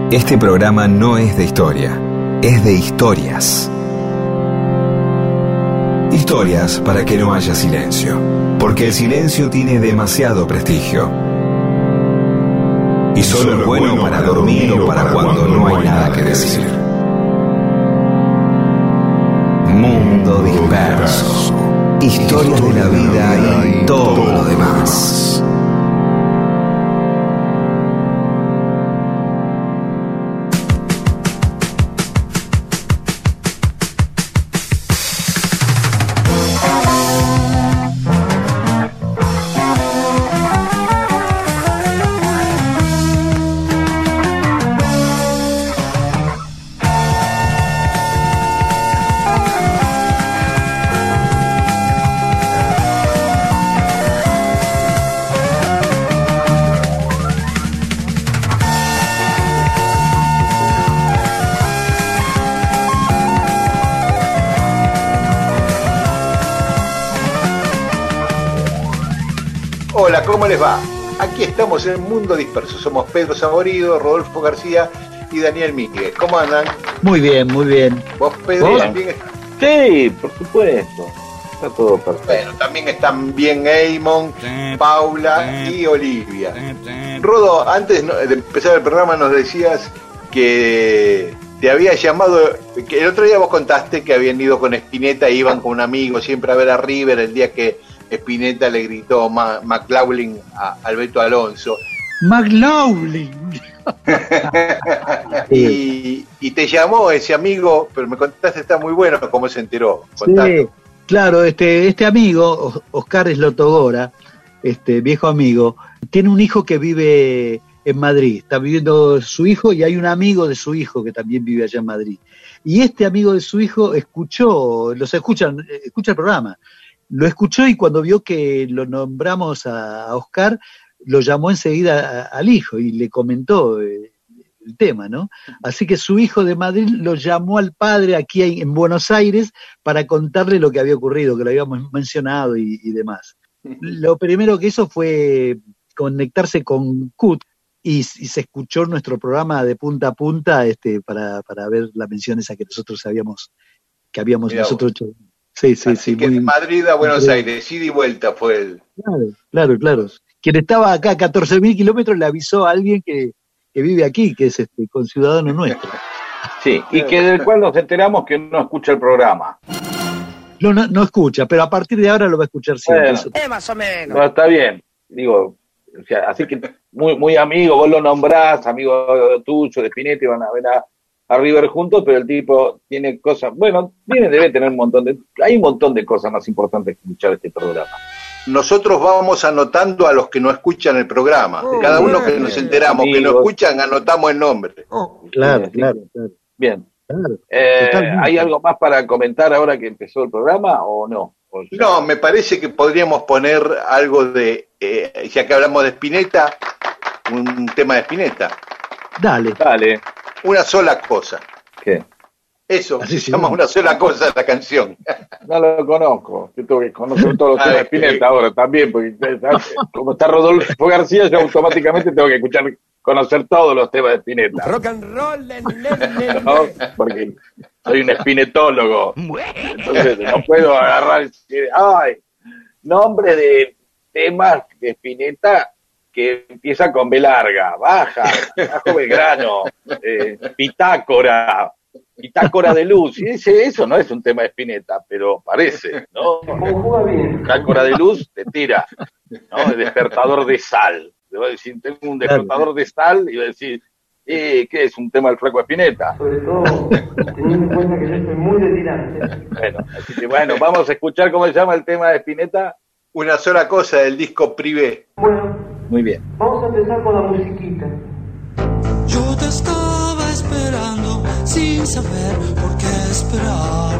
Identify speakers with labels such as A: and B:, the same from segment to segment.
A: Este programa no es de historia, es de historias. Historias para que no haya silencio, porque el silencio tiene demasiado prestigio. Y solo es bueno para dormir o para cuando no hay nada que decir. Mundo disperso. Historias de la vida y todo lo demás.
B: Hola, ¿cómo les va? Aquí estamos en Mundo Disperso. Somos Pedro Saborido, Rodolfo García y Daniel Míguez. ¿Cómo andan?
C: Muy bien, muy bien.
B: ¿Vos, Pedro,
C: ¿Vos?
B: también estás?
D: Sí, por supuesto. Está todo perfecto.
B: Bueno, también están bien Eymon, Paula y Olivia. Rodo, antes de empezar el programa nos decías que te había llamado, que el otro día vos contaste que habían ido con Spinetta, iban con un amigo siempre a ver a River el día que Spinetta le gritó McLaughlin a Alberto Alonso.
C: McLaughlin.
B: y te llamó ese amigo, pero me contaste, está muy bueno cómo se enteró. Contaste.
C: Sí, claro, este amigo, Oscar Slotogora, viejo amigo, tiene un hijo que vive en Madrid, está viviendo su hijo y hay un amigo de su hijo que también vive allá en Madrid. Y este amigo de su hijo escucha el programa. Lo escuchó y cuando vio que lo nombramos a Oscar, lo llamó enseguida al hijo y le comentó el tema, ¿no? Así que su hijo de Madrid lo llamó al padre aquí en Buenos Aires para contarle lo que había ocurrido, que lo habíamos mencionado y demás. Lo primero que hizo fue conectarse con CUT y se escuchó nuestro programa de punta a punta para ver la mención esa que nosotros habíamos
B: Mirá
C: nosotros hecho. Sí.
B: Que de Madrid a Buenos Aires, ida y vuelta fue el...
C: Claro. Quien estaba acá a 14.000 kilómetros le avisó a alguien que vive aquí, que es conciudadano nuestro.
D: Sí, y que del cual nos enteramos que no escucha el programa.
C: No escucha, pero a partir de ahora lo va a escuchar siempre.
D: Bueno,
E: más o menos.
D: No, está bien, digo, o sea, así que muy amigo, vos lo nombrás, amigo tuyo, de Spinetta, y van a ver a River juntos, pero el tipo tiene cosas, bueno, debe tener hay un montón de cosas más importantes que escuchar este programa.
B: Nosotros vamos anotando a los que no escuchan el programa. Cada uno que nos enteramos
D: amigos.
B: que no escuchan, anotamos el nombre.
C: Claro.
D: Bien.
C: Claro,
D: ¿Hay algo más para comentar ahora que empezó el programa o no?
B: No, me parece que podríamos poner algo de, ya que hablamos de Spinetta, un tema de Spinetta.
C: Dale.
B: Una sola cosa.
D: ¿Qué?
B: Eso,
C: Así
B: se llama Una sola cosa la canción.
D: No lo conozco. Yo tengo que conocer todos los temas de Spinetta ahora también, porque como está Rodolfo García, yo automáticamente tengo que conocer todos los temas de Spinetta.
E: Rock and roll,
D: ¿No? Porque soy un espinetólogo. Entonces no puedo agarrar y decir, nombre de temas de Spinetta que empieza con B larga, bajo Belgrano, Pitácora de luz. Y dice, eso no es un tema de Spinetta, pero parece, ¿no? Pitácora de luz te tira, ¿no? El despertador de sal. Te va a decir, tengo un despertador de sal, y va a decir, ¿qué es? ¿Un tema del Flaco Spinetta?
F: Sobre todo, teniendo en cuenta que yo soy muy delirante.
D: Bueno, así que vamos a escuchar cómo se llama el tema de Spinetta.
B: Una sola cosa del disco Privé.
F: Bueno,
D: Muy bien.
F: vamos a empezar con la musiquita.
G: Yo te estaba esperando sin saber por qué esperar.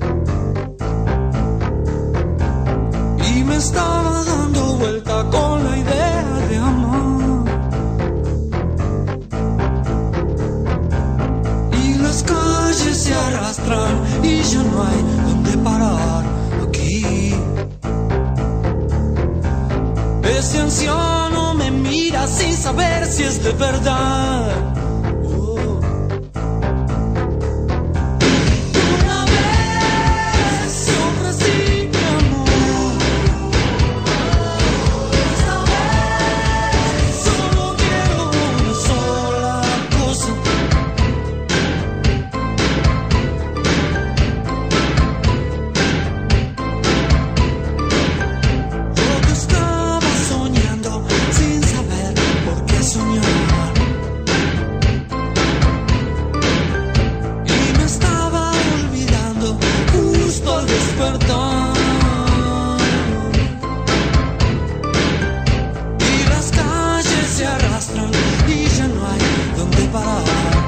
G: Y me estaba dando vuelta con la idea de amar. Y las calles se arrastran y ya no hay donde parar aquí. Ese anciano me mira sin saber si es de verdad. arrastran y ya no hay donde parar.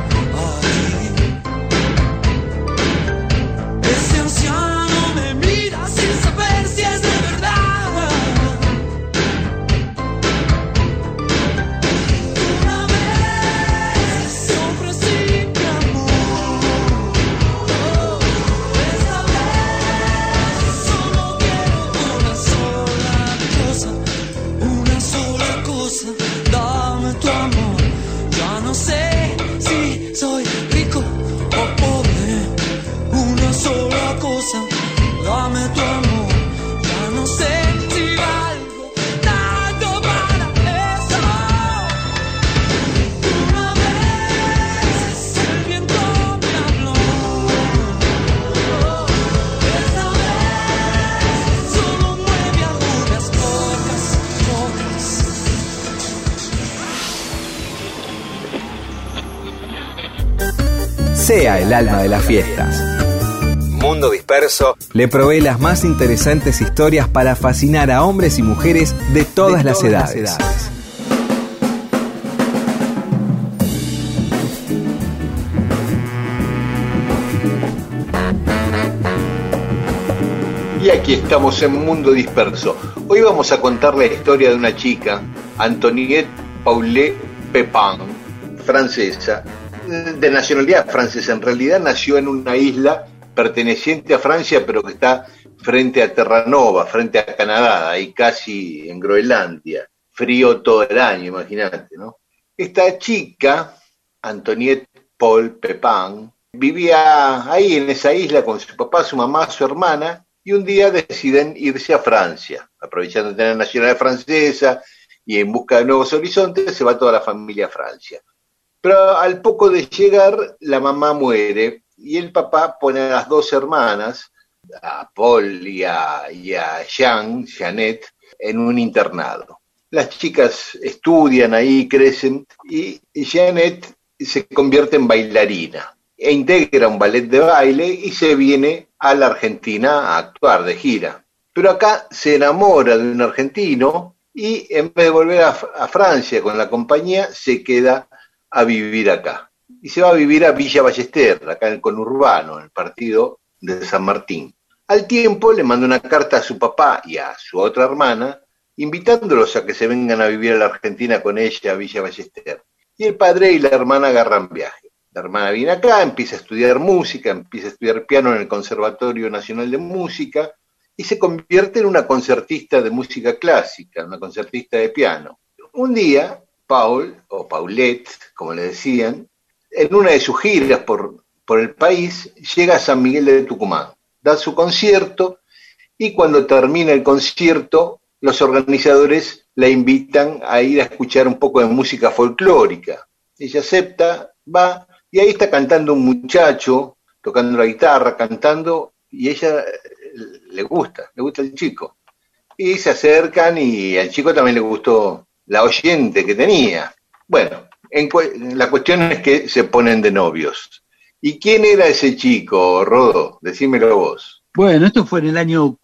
G: Ese anciano me mira sin saber si es de verdad. Una vez te ofrecí mi amor, esta vez solo quiero una sola cosa, dame tu amor. Ya no sé si soy rico o pobre, una sola cosa, dame tu amor. Ya no sé si valgo tanto para eso. Una vez el viento me habló, esta vez solo mueve algunas pocas rocas.
A: Sea el alma de las fiestas. Mundo Disperso le provee las más interesantes historias para fascinar a hombres y mujeres de todas las edades.
B: Y aquí estamos en Mundo Disperso. Hoy vamos a contar la historia de una chica, Antoniette Paulé Pepin, francesa, de nacionalidad francesa. En realidad nació en una isla perteneciente a Francia, pero que está frente a Terranova, frente a Canadá, ahí casi en Groenlandia. Frío todo el año, imagínate, ¿no? Esta chica, Antoniette Paul Pepin, vivía ahí en esa isla con su papá, su mamá, su hermana, y un día deciden irse a Francia, aprovechando de tener nacionalidad francesa y en busca de nuevos horizontes, se va toda la familia a Francia. Pero al poco de llegar, la mamá muere y el papá pone a las dos hermanas, a Paul y a Jeannette, en un internado. Las chicas estudian ahí, crecen, y Jeannette se convierte en bailarina e integra un ballet de baile y se viene a la Argentina a actuar de gira. Pero acá se enamora de un argentino y en vez de volver a Francia con la compañía, se queda a vivir acá. Y se va a vivir a Villa Ballester, acá en el conurbano, en el partido de San Martín. Al tiempo le manda una carta a su papá y a su otra hermana, invitándolos a que se vengan a vivir a la Argentina con ella a Villa Ballester. Y el padre y la hermana agarran viaje. La hermana viene acá, empieza a estudiar música, empieza a estudiar piano en el Conservatorio Nacional de Música y se convierte en una concertista de música clásica, una concertista de piano. Un día, Paul, o Paulette, como le decían, en una de sus giras por el país, llega a San Miguel de Tucumán, da su concierto y cuando termina el concierto, los organizadores la invitan a ir a escuchar un poco de música folclórica. Ella acepta, va, y ahí está cantando un muchacho, tocando la guitarra, cantando, y ella le gusta el chico. Y se acercan y al chico también le gustó la oyente que tenía. Bueno, la cuestión es que se ponen de novios. ¿Y quién era ese chico, Rodo? Decímelo vos.
C: Bueno, esto fue en el año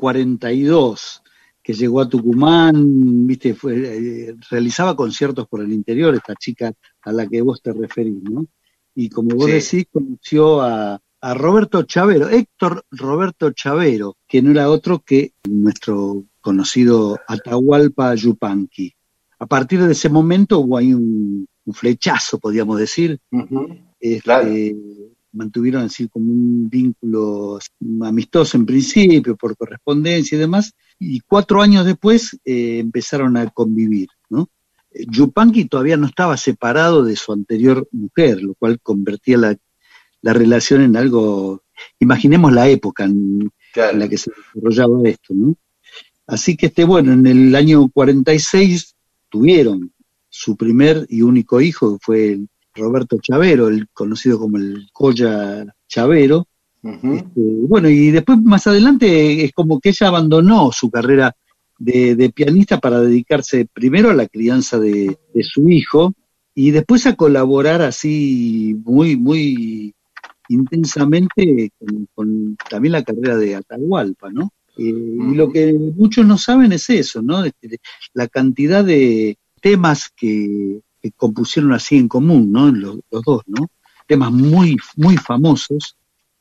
C: 42, que llegó a Tucumán, viste, realizaba conciertos por el interior, esta chica a la que vos te referís, ¿no? Y como vos decís, conoció a Roberto Chavero, Héctor Roberto Chavero, que no era otro que nuestro conocido Atahualpa Yupanqui. A partir de ese momento hubo ahí un flechazo, podríamos decir. Uh-huh.
B: Claro.
C: Mantuvieron así como un vínculo amistoso en principio, por correspondencia y demás, y 4 años después empezaron a convivir, ¿no? Yupanqui todavía no estaba separado de su anterior mujer, lo cual convertía la relación en algo, imaginemos la época en la que se desarrollaba esto, ¿no? Así que bueno, en el año 46 tuvieron su primer y único hijo, que fue Roberto Chavero, el conocido como el Colla Chavero. Uh-huh. Bueno, y después más adelante es como que ella abandonó su carrera de pianista para dedicarse primero a la crianza de su hijo y después a colaborar así muy, muy intensamente con también la carrera de Atahualpa, ¿no? Y lo que muchos no saben es eso, ¿no? La cantidad de temas que que compusieron así en común, ¿no? Los dos, ¿no? Temas muy, muy famosos.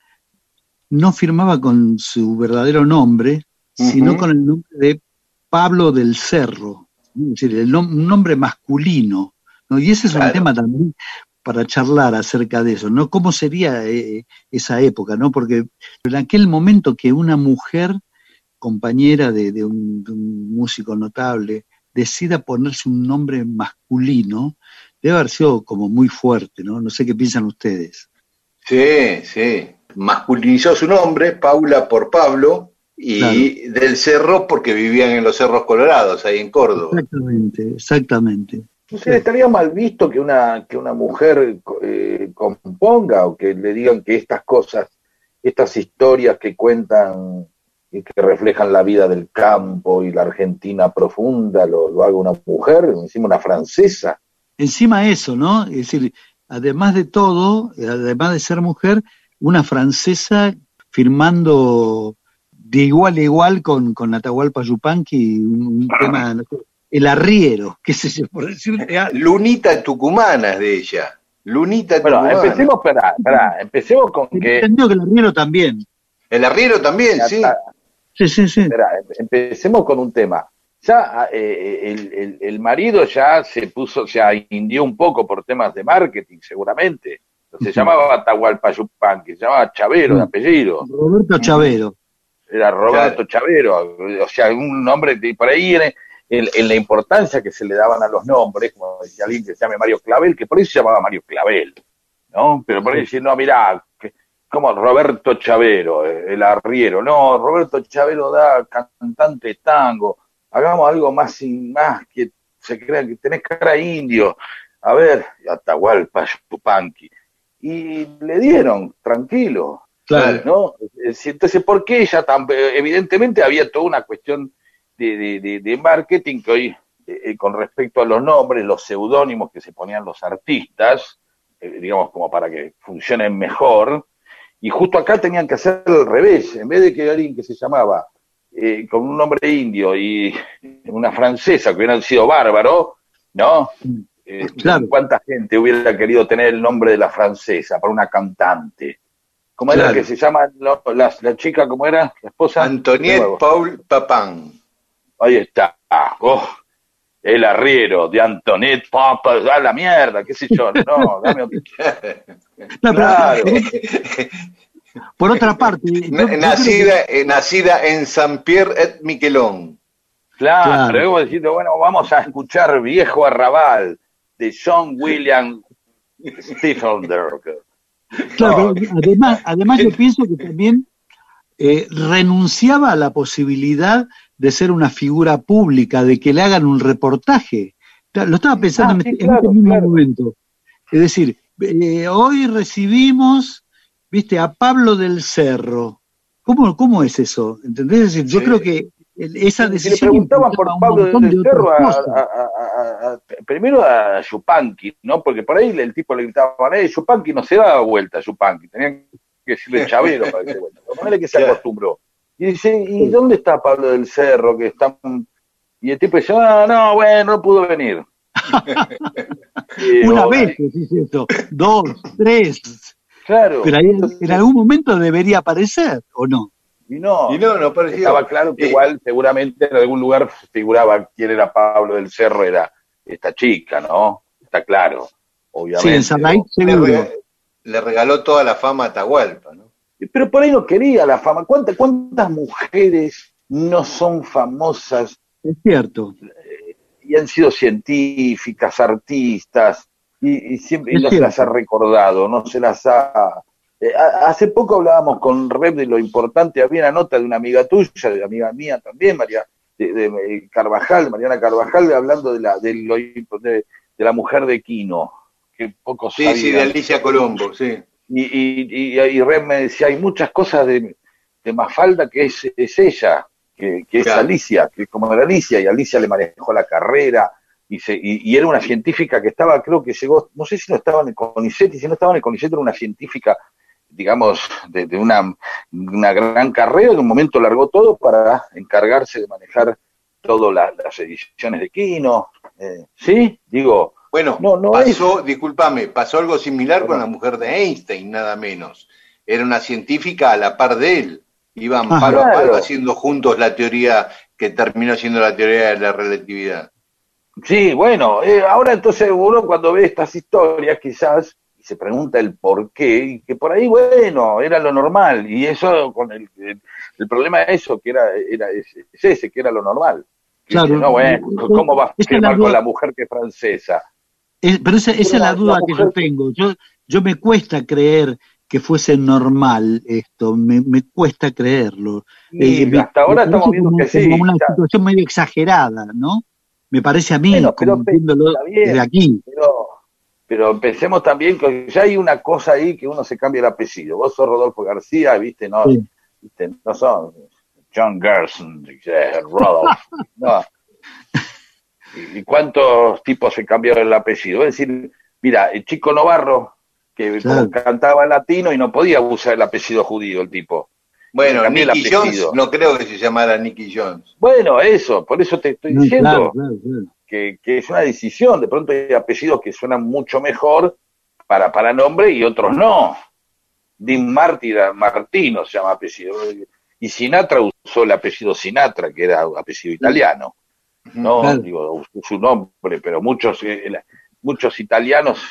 C: No firmaba con su verdadero nombre, sino con el nombre de Pablo del Cerro, ¿no? Es decir, un nombre masculino, ¿no? Y ese es un tema también para charlar acerca de eso, ¿no? ¿Cómo sería esa época, ¿no? Porque en aquel momento que una mujer, compañera de un músico notable, decida ponerse un nombre masculino, debe haber sido como muy fuerte, ¿no? No sé qué piensan ustedes.
B: Sí, sí. Masculinizó su nombre, Paula por Pablo, y del Cerro porque vivían en los Cerros Colorados, ahí en Córdoba.
C: Exactamente, exactamente.
D: Entonces, ¿estaría mal visto que una mujer componga o que le digan que estas cosas, estas historias que cuentan y que reflejan la vida del campo y la Argentina profunda, lo haga una mujer, encima una francesa?
C: Encima eso, ¿no? Es decir, además de todo, además de ser mujer, una francesa firmando de igual a igual con Atahualpa Yupanqui un tema, no sé, El Arriero, qué sé yo, por decirte algo.
B: Lunita tucumana es de ella. Lunita tucumana.
D: Bueno, empecemos con que...
C: Entendió que El Arriero también.
B: El Arriero también, sí.
C: Sí.
D: Empecemos con un tema. Ya el marido ya se indió un poco por temas de marketing, seguramente. Se llamaba Atahualpa Yupanqui, se llamaba Chavero de apellido.
C: Roberto Chavero.
D: Era Roberto Chavero, o sea, un nombre de, por ahí en la importancia que se le daban a los nombres, como decía alguien que se llame Mario Clavel, que por ahí se llamaba Mario Clavel, ¿no? Pero por ahí decir, no, mirá, como Roberto Chavero, el arriero, no, Roberto Chavero da cantante de tango, hagamos algo más que se crean que tenés cara indio, a ver, Atahualpa Yupanqui, y le dieron, tranquilo,
C: claro,
D: ¿no? Entonces, ¿por qué ella evidentemente había toda una cuestión de marketing que hoy, con respecto a los nombres, los seudónimos que se ponían los artistas, digamos como para que funcionen mejor, y justo acá tenían que hacer al revés, en vez de que alguien que se llamaba con un nombre indio y una francesa que hubieran sido bárbaro, ¿no?
C: Claro.
D: ¿Cuánta gente hubiera querido tener el nombre de la francesa para una cantante? ¿Cómo era que se llama la chica, cómo era? La esposa.
B: Antoinette Paul Papin.
D: Ahí está. El arriero de Antoinette Papin. ¡A la mierda! ¿Qué sé yo? No, dame otro. Claro.
C: Por otra parte...
B: nacida en Saint-Pierre-et-Miquelon.
D: Claro, luego diciendo, bueno, vamos a escuchar Viejo Arrabal de John William Steffenberg.
C: Claro, pero además yo pienso que también renunciaba a la posibilidad de ser una figura pública, de que le hagan un reportaje. Lo estaba pensando en este mismo momento. Es decir, hoy recibimos, viste, a Pablo del Cerro. ¿Cómo es eso? ¿Entendés? Es decir, yo creo que esa decisión...
D: Si le preguntaban por Pablo del Cerro primero a Yupanqui, ¿no? Porque por ahí el tipo le gritaba, Yupanqui no se daba vuelta, Yupanqui, tenían que decirle Chavero para que se vuelta. Ponele que se acostumbró. Y dice, ¿y dónde está Pablo del Cerro? Que está... Y el tipo dice, no, bueno, no pudo venir.
C: Una vez dice eso, 2, 3.
D: Claro.
C: Pero ahí en algún momento debería aparecer, ¿o no?
D: Y no
B: parecía.
D: Estaba claro que igual seguramente en algún lugar figuraba quién era Pablo del Cerro, era esta chica, ¿no? Está claro, obviamente.
C: Sí, en Sarray seguro.
B: Le regaló toda la fama a Atahualpa, ¿no?
D: Pero por ahí no quería la fama. ¿Cuántas mujeres no son famosas?
C: Es cierto.
D: Y han sido científicas, artistas, y siempre no se las ha recordado, no se las ha... hace poco hablábamos con Rep de lo importante, había una nota de una amiga tuya, de amiga mía también, de Carvajal, Mariana Carvajal, hablando de la mujer de Quino, que pocos sabían.
B: Sí, de Alicia Colombo, sí.
D: Y Rep me decía, hay muchas cosas de Mafalda que es ella, que es Alicia, que es como era Alicia, y Alicia le manejó la carrera, y era una científica que estaba, creo que llegó, no sé si no estaba en el CONICET, y si no estaba en el CONICET era una científica, digamos, de una gran carrera, en un momento largó todo para encargarse de manejar todas las ediciones de Quino, ¿sí? Digo,
B: Bueno, pasó algo similar con la mujer de Einstein, nada menos. Era una científica a la par de él. Iban palo a palo haciendo juntos la teoría que terminó siendo la teoría de la relatividad.
D: Sí, bueno, ahora entonces uno cuando ve estas historias quizás y se pregunta el por qué, y que por ahí, bueno, era lo normal, y eso, con el problema es eso, que es ese, que era lo normal.
C: Claro.
D: No, bueno, ¿cómo va a firmar con la mujer que es francesa?
C: Pero esa es la duda que yo tengo. Yo me cuesta creer que fuese normal esto, me cuesta creerlo.
D: Hasta ahora estamos viendo que sí.
C: Como una situación medio exagerada, ¿no? Me parece a mí,
D: bueno,
C: como viéndolo desde aquí.
D: Pero pensemos también que ya hay una cosa ahí que uno se cambia el apellido. Vos sos Rodolfo García, ¿viste? No, sí. ¿Viste? No son John Gerson, Rodolfo. No. ¿Y cuántos tipos se cambiaron el apellido? Es decir, mira, el Chico Novarro, que cantaba latino y no podía usar el apellido judío, el tipo.
B: Bueno, Nicky Jones, no creo que se llamara Nicky Jones.
D: Bueno, eso, por eso te estoy diciendo que es una decisión. De pronto hay apellidos que suenan mucho mejor para nombre y otros no. Dean Martino se llama apellido. Y Sinatra usó el apellido Sinatra, que era apellido italiano. No, digo, su nombre, pero muchos italianos,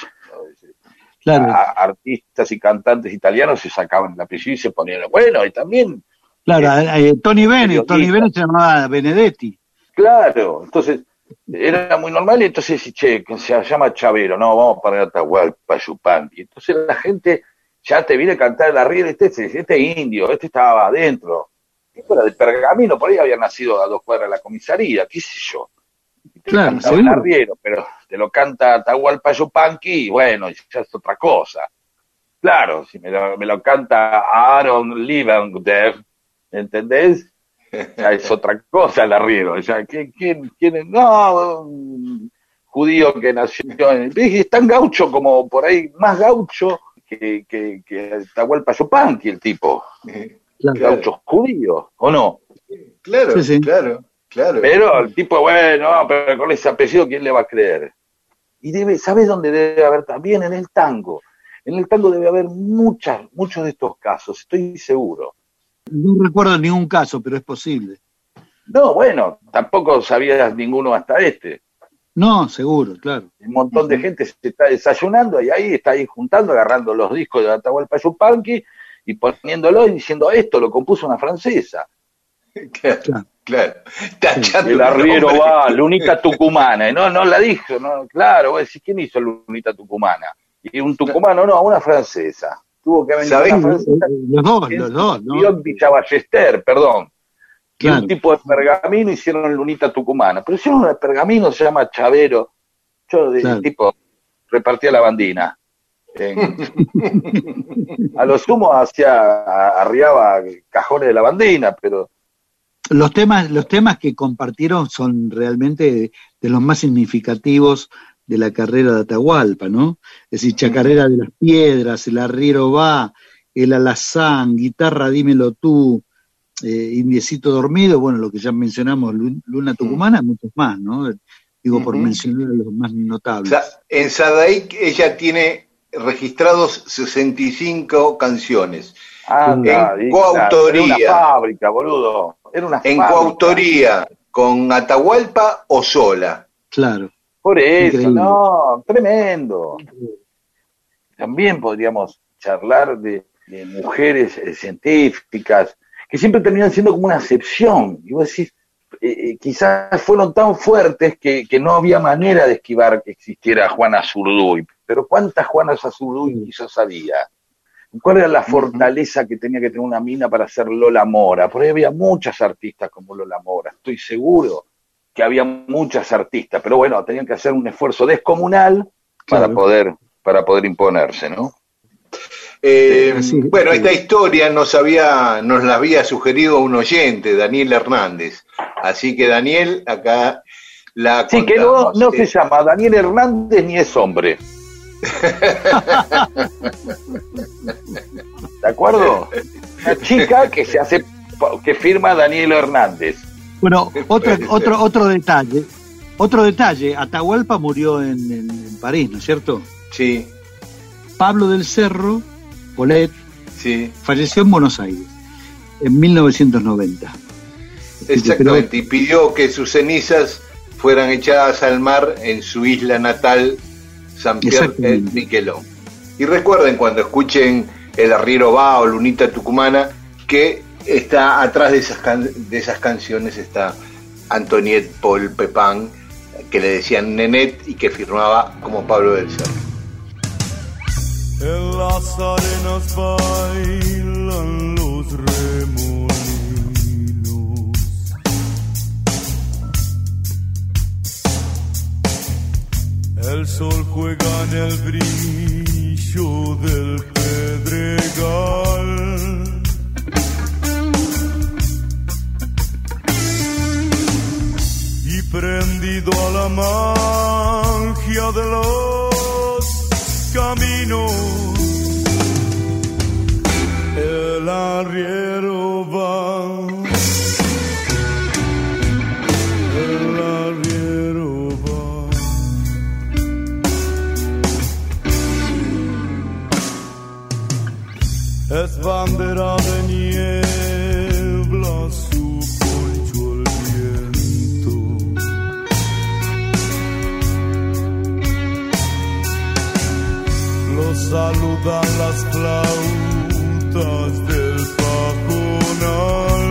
D: artistas y cantantes italianos se sacaban el apellido y se ponían, bueno, y también...
C: Claro, Tony Bennett se llamaba Benedetti.
D: Claro, entonces era muy normal y entonces, se llama Chavero, no, vamos a poner Atahualpa Yupanqui. Entonces la gente ya te viene a cantar el arriero, este indio, este estaba adentro. Esto era de Pergamino, por ahí había nacido a 2 cuadras de la comisaría, qué sé yo.
C: Claro,
D: el arriero, pero te lo canta Atahualpa Yupanqui y bueno, ya es otra cosa. Claro, si me lo canta Aaron Levengood, ¿entendés? Ya es otra cosa el arriero. Ya, ¿quién es? No, un judío que nació es tan gaucho como por ahí, más gaucho que Atahualpa Yupanqui, el tipo. Claro. Gauchos judíos, ¿o no?
B: Claro, sí. Claro.
D: Pero el tipo, bueno, pero con ese apellido, ¿quién le va a creer? Y ¿sabes dónde debe haber también? En el tango. En el tango debe haber muchos de estos casos, estoy seguro.
C: No recuerdo ningún caso, pero es posible.
D: No, bueno, tampoco sabías ninguno hasta este.
C: No, seguro, claro.
D: Un montón de gente se está desayunando y ahí está juntando, agarrando los discos de Atahualpa Yupanqui y poniéndolo y diciendo, esto lo compuso una francesa.
B: Claro.
D: El arriero va, Lunita Tucumana, y no la dijo, no, claro, vos decís, ¿quién hizo Lunita Tucumana? Y un tucumano, no, una francesa. Tuvo que venir una francesa.
C: Los dos, ¿no?
D: Dion Villavallester, perdón. Claro. Y un tipo de Pergamino hicieron Lunita Tucumana. Pero hicieron un Pergamino, se llama Chavero. El tipo repartía la bandina. A lo sumo arriaba cajones de la bandina, pero...
C: Los temas que compartieron son realmente de los más significativos de la carrera de Atahualpa, ¿no? Es decir, Chacarera de las Piedras, El arriero va, El alazán, Guitarra dímelo tú, Indiecito dormido, bueno, lo que ya mencionamos, Luna Tucumana, muchos más, ¿no? Digo, por mencionar a los más notables.
B: O sea, en Sadaic ella tiene registrados 65 canciones. En coautoría.
D: Era una fábrica, boludo.
B: En coautoría, con Atahualpa o sola.
C: Claro.
D: Por eso, increíble. No, tremendo. También podríamos charlar de mujeres científicas, que siempre terminan siendo como una excepción. Y vos decís, quizás fueron tan fuertes que no había manera de esquivar que existiera Juana Zurduy. Pero ¿cuántas Juanas Zurduy quizás había? ¿Cuál era la fortaleza que tenía que tener una mina para ser Lola Mora? Por ahí había muchas artistas como Lola Mora, estoy seguro que había muchas artistas, pero bueno, tenían que hacer un esfuerzo descomunal para poder imponerse, ¿no?
B: Bueno, esta historia nos la había sugerido un oyente, Daniel Hernández, así que Daniel, acá la contamos.
D: Sí, que no se llama Daniel Hernández ni es hombre. ¿De acuerdo? Una chica que firma Daniel Hernández.
C: Bueno, otro detalle Otro detalle, Atahualpa murió en París, ¿no es cierto?
B: Sí.
C: Pablo del Cerro, Polet,
B: sí,
C: falleció en Buenos Aires en 1990.
B: Exactamente, y pidió que sus cenizas fueran echadas al mar en su isla natal, San Pierre et Miquelon. Y recuerden, cuando escuchen El Arriero Va o Lunita Tucumana, que está atrás de esas canciones está Antoniette Paul Pepin, que le decían Nenet y que firmaba como Pablo del Cerro.
G: En las arenas bailan los remolinos, el sol juega en el brillo del pedregal, y prendido a la magia de los caminos, el arriero va, el arriero va. Es bandera de niebla, su poncho el viento. Lo saludan las flautas del pajonal.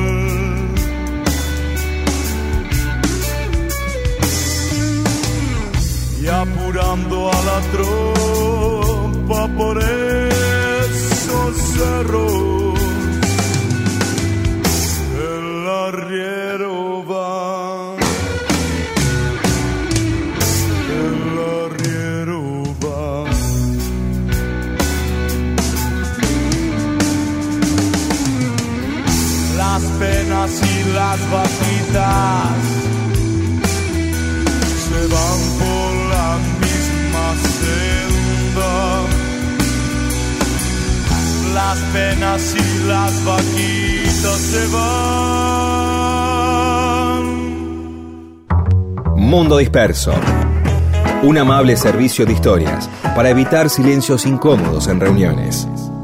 G: Y apurando a la tropa por esos cerros, el arriero va, el arriero va. Las penas y las vaquitas se van por la misma senda. Las penas y las vaquitas se van.
A: Mundo Disperso. Un amable servicio de historias para evitar silencios incómodos en reuniones.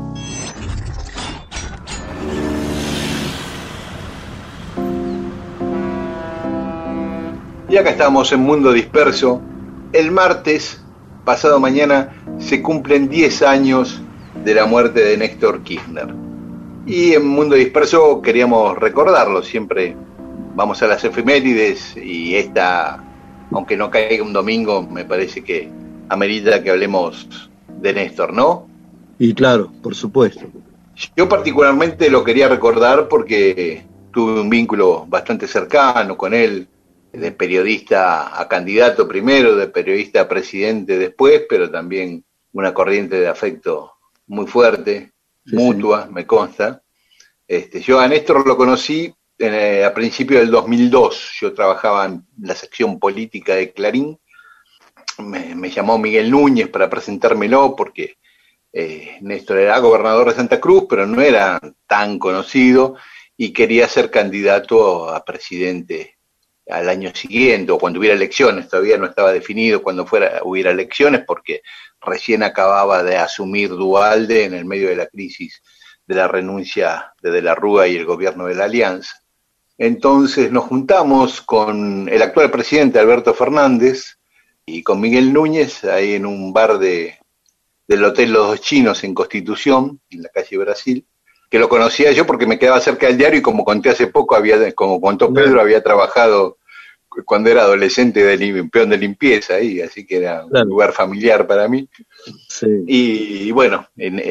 B: Y acá estamos en Mundo Disperso. El martes, pasado mañana, se cumplen 10 años de la muerte de Néstor Kirchner. Y en Mundo Disperso queríamos recordarlo. Siempre vamos a las efemérides y esta, aunque no caiga un domingo, me parece que amerita que hablemos de Néstor, ¿no?
C: Y claro, por supuesto.
B: Yo particularmente lo quería recordar porque tuve un vínculo bastante cercano con él, de periodista a candidato primero, de periodista a presidente después, pero también una corriente de afecto muy fuerte, sí, mutua, sí. Me consta. Yo a Néstor lo conocí a principios del 2002, yo trabajaba en la sección política de Clarín, me llamó Miguel Núñez para presentármelo porque Néstor era gobernador de Santa Cruz, pero no era tan conocido y quería ser candidato a presidente al año siguiente o cuando hubiera elecciones. Todavía no estaba definido cuando hubiera elecciones porque recién acababa de asumir Duhalde en el medio de la crisis de la renuncia de De la Rúa y el gobierno de la Alianza. Entonces nos juntamos con el actual presidente Alberto Fernández y con Miguel Núñez ahí en un bar del Hotel Los Dos Chinos en Constitución, en la calle Brasil, que lo conocía yo porque me quedaba cerca del diario y como conté hace poco, como contó Pedro, había trabajado cuando era adolescente de peón de limpieza ahí, así que era un lugar familiar para mí. Sí. Y bueno,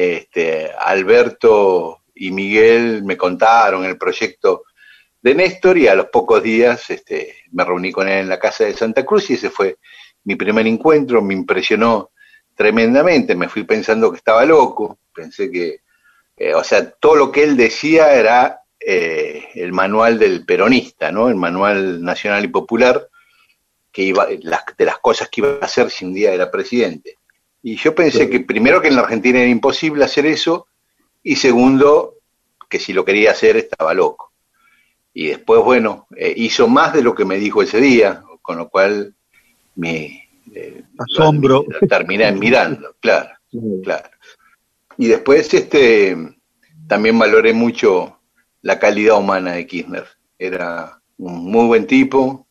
B: Alberto y Miguel me contaron el proyecto de Néstor y a los pocos días me reuní con él en la casa de Santa Cruz y ese fue mi primer encuentro. Me impresionó tremendamente, me fui pensando que estaba loco, pensé que todo lo que él decía era el manual del peronista, ¿no? El manual nacional y popular de las cosas que iba a hacer si un día era presidente. Y yo pensé que primero que en la Argentina era imposible hacer eso y segundo que si lo quería hacer estaba loco. Y después, bueno, hizo más de lo que me dijo ese día, con lo cual
C: asombro.
B: Lo terminé admirando, claro. Y después también valoré mucho la calidad humana de Kirchner. Era un muy buen tipo,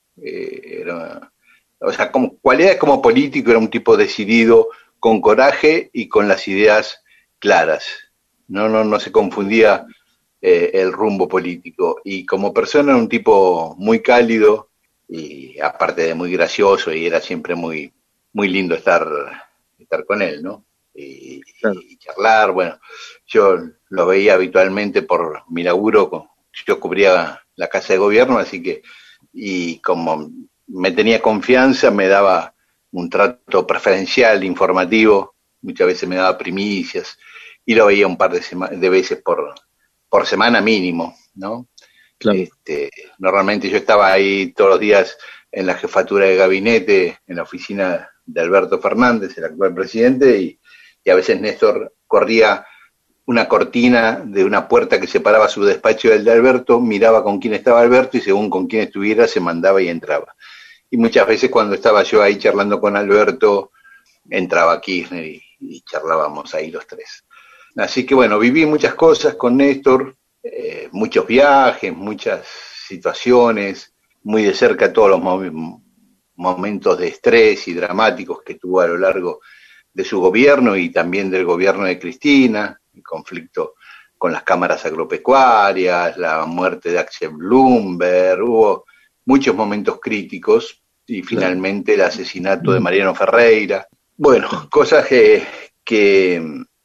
B: como cualidades como político, era un tipo decidido, con coraje y con las ideas claras. No se confundía el rumbo político. Y como persona era un tipo muy cálido y aparte de muy gracioso, y era siempre muy, muy lindo estar con él, ¿no? Y charlar. Bueno, yo lo veía habitualmente por mi laburo, yo cubría la Casa de Gobierno, así que, y como me tenía confianza, me daba un trato preferencial, informativo, muchas veces me daba primicias, y lo veía un par de veces por semana mínimo, ¿no?
C: Claro.
B: Normalmente yo estaba ahí todos los días en la jefatura de gabinete, en la oficina de Alberto Fernández, el actual presidente, y a veces Néstor corría una cortina de una puerta que separaba su despacho del de Alberto, miraba con quién estaba Alberto y según con quién estuviera se mandaba y entraba. Y muchas veces cuando estaba yo ahí charlando con Alberto, entraba Kirchner y charlábamos ahí los tres. Así que bueno, viví muchas cosas con Néstor, muchos viajes, muchas situaciones, muy de cerca todos los momentos de estrés y dramáticos que tuvo a lo largo de su gobierno y también del gobierno de Cristina, el conflicto con las cámaras agropecuarias, la muerte de Axel Bloomberg, hubo muchos momentos críticos y finalmente el asesinato de Mariano Ferreira. Bueno, cosas que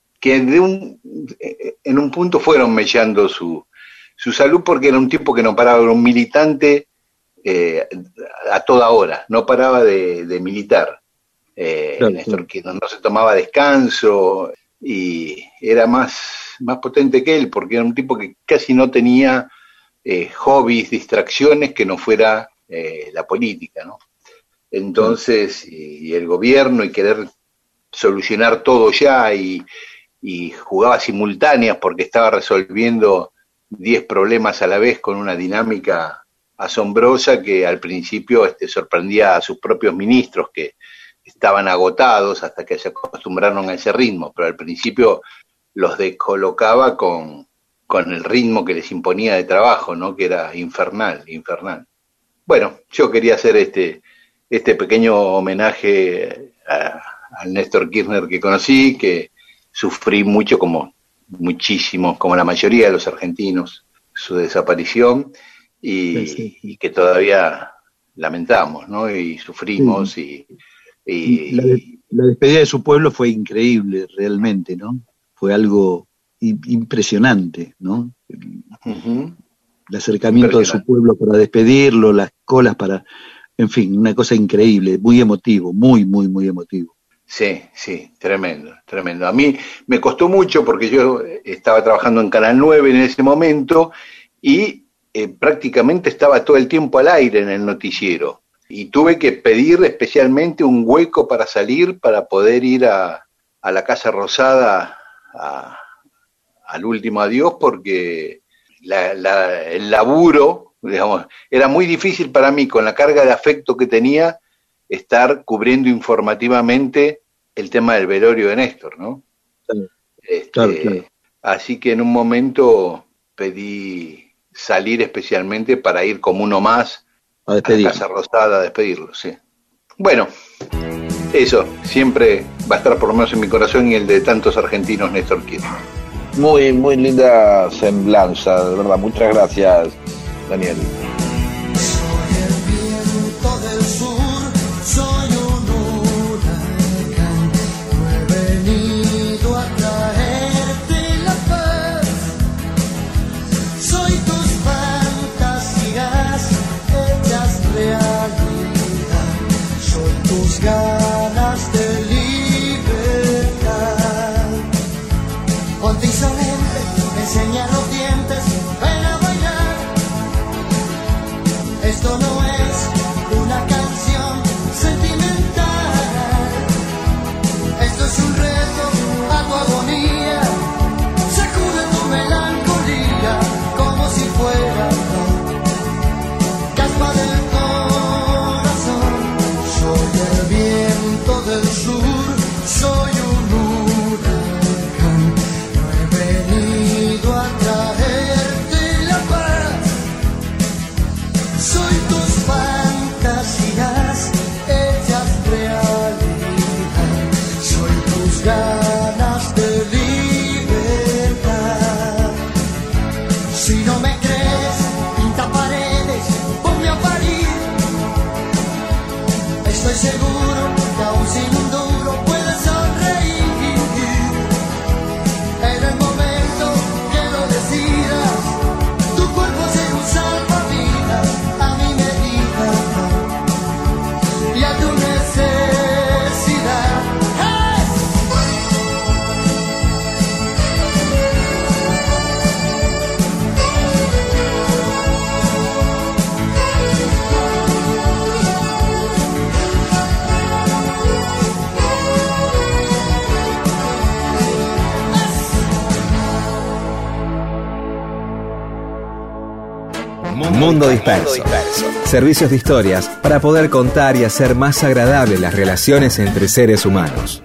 B: en un punto fueron mellando su salud, porque era un tipo que no paraba, era un militante a toda hora, no paraba de militar. Néstor Kirchner no se tomaba descanso y era más potente que él, porque era un tipo que casi no tenía hobbies, distracciones que no fuera la política, ¿no? Entonces, y el gobierno y querer solucionar todo ya y jugaba simultáneas porque estaba resolviendo 10 problemas a la vez con una dinámica asombrosa que al principio sorprendía a sus propios ministros que estaban agotados hasta que se acostumbraron a ese ritmo, pero al principio los descolocaba con el ritmo que les imponía de trabajo, ¿no? Que era infernal. Bueno, yo quería hacer este pequeño homenaje al Néstor Kirchner que conocí, que sufrí mucho, muchísimo, como la mayoría de los argentinos, su desaparición, y que todavía lamentamos, ¿no? Y sufrimos, y
C: la despedida de su pueblo fue increíble, realmente, ¿no? Fue algo impresionante, ¿no? El acercamiento de su pueblo para despedirlo, las colas para... En fin, una cosa increíble, muy emotivo, muy, muy, muy emotivo.
B: Sí, tremendo. A mí me costó mucho porque yo estaba trabajando en Canal 9 en ese momento y prácticamente estaba todo el tiempo al aire en el noticiero. Y tuve que pedir especialmente un hueco para salir, para poder ir a la Casa Rosada al último adiós, porque el laburo, digamos, era muy difícil para mí, con la carga de afecto que tenía, estar cubriendo informativamente el tema del velorio de Néstor, ¿no?
C: Claro.
B: Así que en un momento pedí salir especialmente para ir como uno más a la Casa Rosada a despedirlo, sí. Bueno, eso, siempre va a estar por lo menos en mi corazón y el de tantos argentinos, Néstor Kirchner.
D: Muy, muy linda semblanza, de verdad. Muchas gracias, Daniel.
G: Soy el viento del sur, soy un huracán, no he venido a traerte la paz. Soy tus fantasías hechas realidad, soy tus ganas de libertad. Ponte insolente, enseña los dientes, ven a bailar. tus ganas de libertad. Si no me crees, pinta paredes, ponme a parir. Estoy seguro que aún sin un duro puedes sonreír. En el momento que lo decidas, tu cuerpo será un salvavidas a mi medida y a tu necesidad. ¡Hey!
A: Mundo Disperso. Servicios de historias para poder contar y hacer más agradables las relaciones entre seres humanos.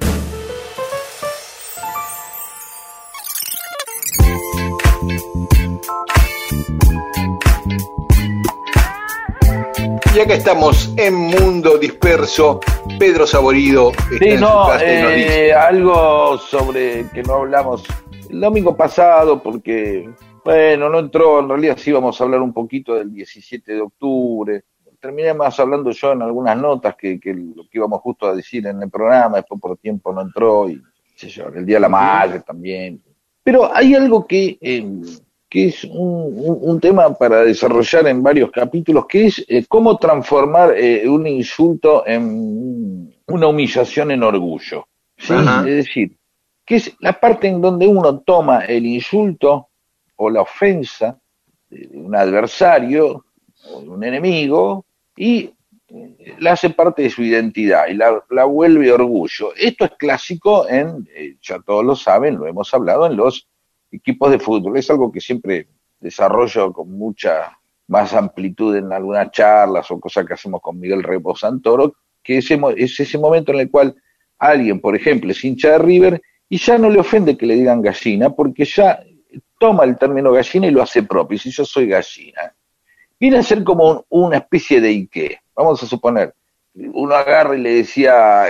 B: Y acá estamos en Mundo Disperso. Pedro Saborido está
D: Sí,
B: en su
D: no,
B: casa y nos dice.
D: algo sobre que no hablamos el domingo pasado, porque, bueno, no entró, en realidad sí íbamos a hablar un poquito del 17 de octubre. Terminé más hablando yo en algunas notas que lo que íbamos justo a decir en el programa, después por tiempo no entró, y qué sé yo, el Día de la Madre también. Pero hay algo que es un tema para desarrollar en varios capítulos, que es cómo transformar un insulto en una humillación en orgullo. ¿Sí?
B: Ajá.
D: Es decir, que es la parte en donde uno toma el insulto o la ofensa de un adversario o de un enemigo y la hace parte de su identidad y la vuelve orgullo. Esto es clásico ya todos lo saben, lo hemos hablado en los equipos de fútbol. Es algo que siempre desarrollo con mucha más amplitud en algunas charlas o cosas que hacemos con Miguel Rebo Santoro, que es ese momento en el cual alguien, por ejemplo, es hincha de River y ya no le ofende que le digan gallina, porque ya toma el término gallina y lo hace propio. Y si yo soy gallina, viene a ser como una especie de Ike. Vamos a suponer, uno agarra y le decía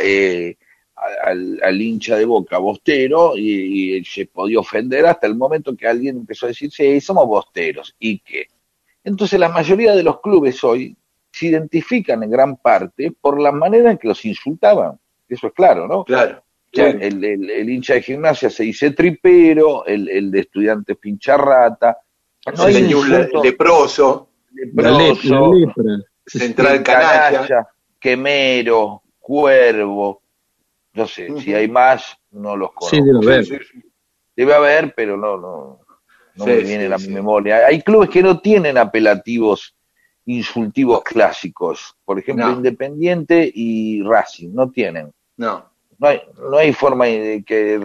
D: al hincha de Boca bostero y se podía ofender hasta el momento que alguien empezó a decir, sí, somos bosteros, Ike. Entonces la mayoría de los clubes hoy se identifican en gran parte por la manera en que los insultaban. Eso es claro, ¿no?
B: Claro. Sí.
D: El hincha de Gimnasia se dice tripero, el de Estudiantes pincharrata, no hay insulto,
B: leproso,
C: La lepra.
B: central canalla.
D: quemero, cuervo, no sé, si hay más, no los conozco.
C: Sí, debe haber.
B: Sí.
D: Debe haber, pero no
B: Sí,
D: me viene
B: sí,
D: a
B: sí.
D: mi memoria. Hay clubes que no tienen apelativos insultivos clásicos, por ejemplo,
B: No.
D: Independiente y Racing, no tienen.
B: No.
D: No hay forma de que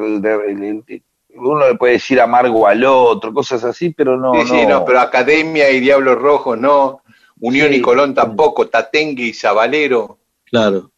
D: uno le puede decir amargo al otro, cosas así, pero no.
B: Sí, pero Academia y Diablos Rojos no. Unión
D: Sí.
B: y Colón tampoco. Tatengue y Zabalero.
C: Claro.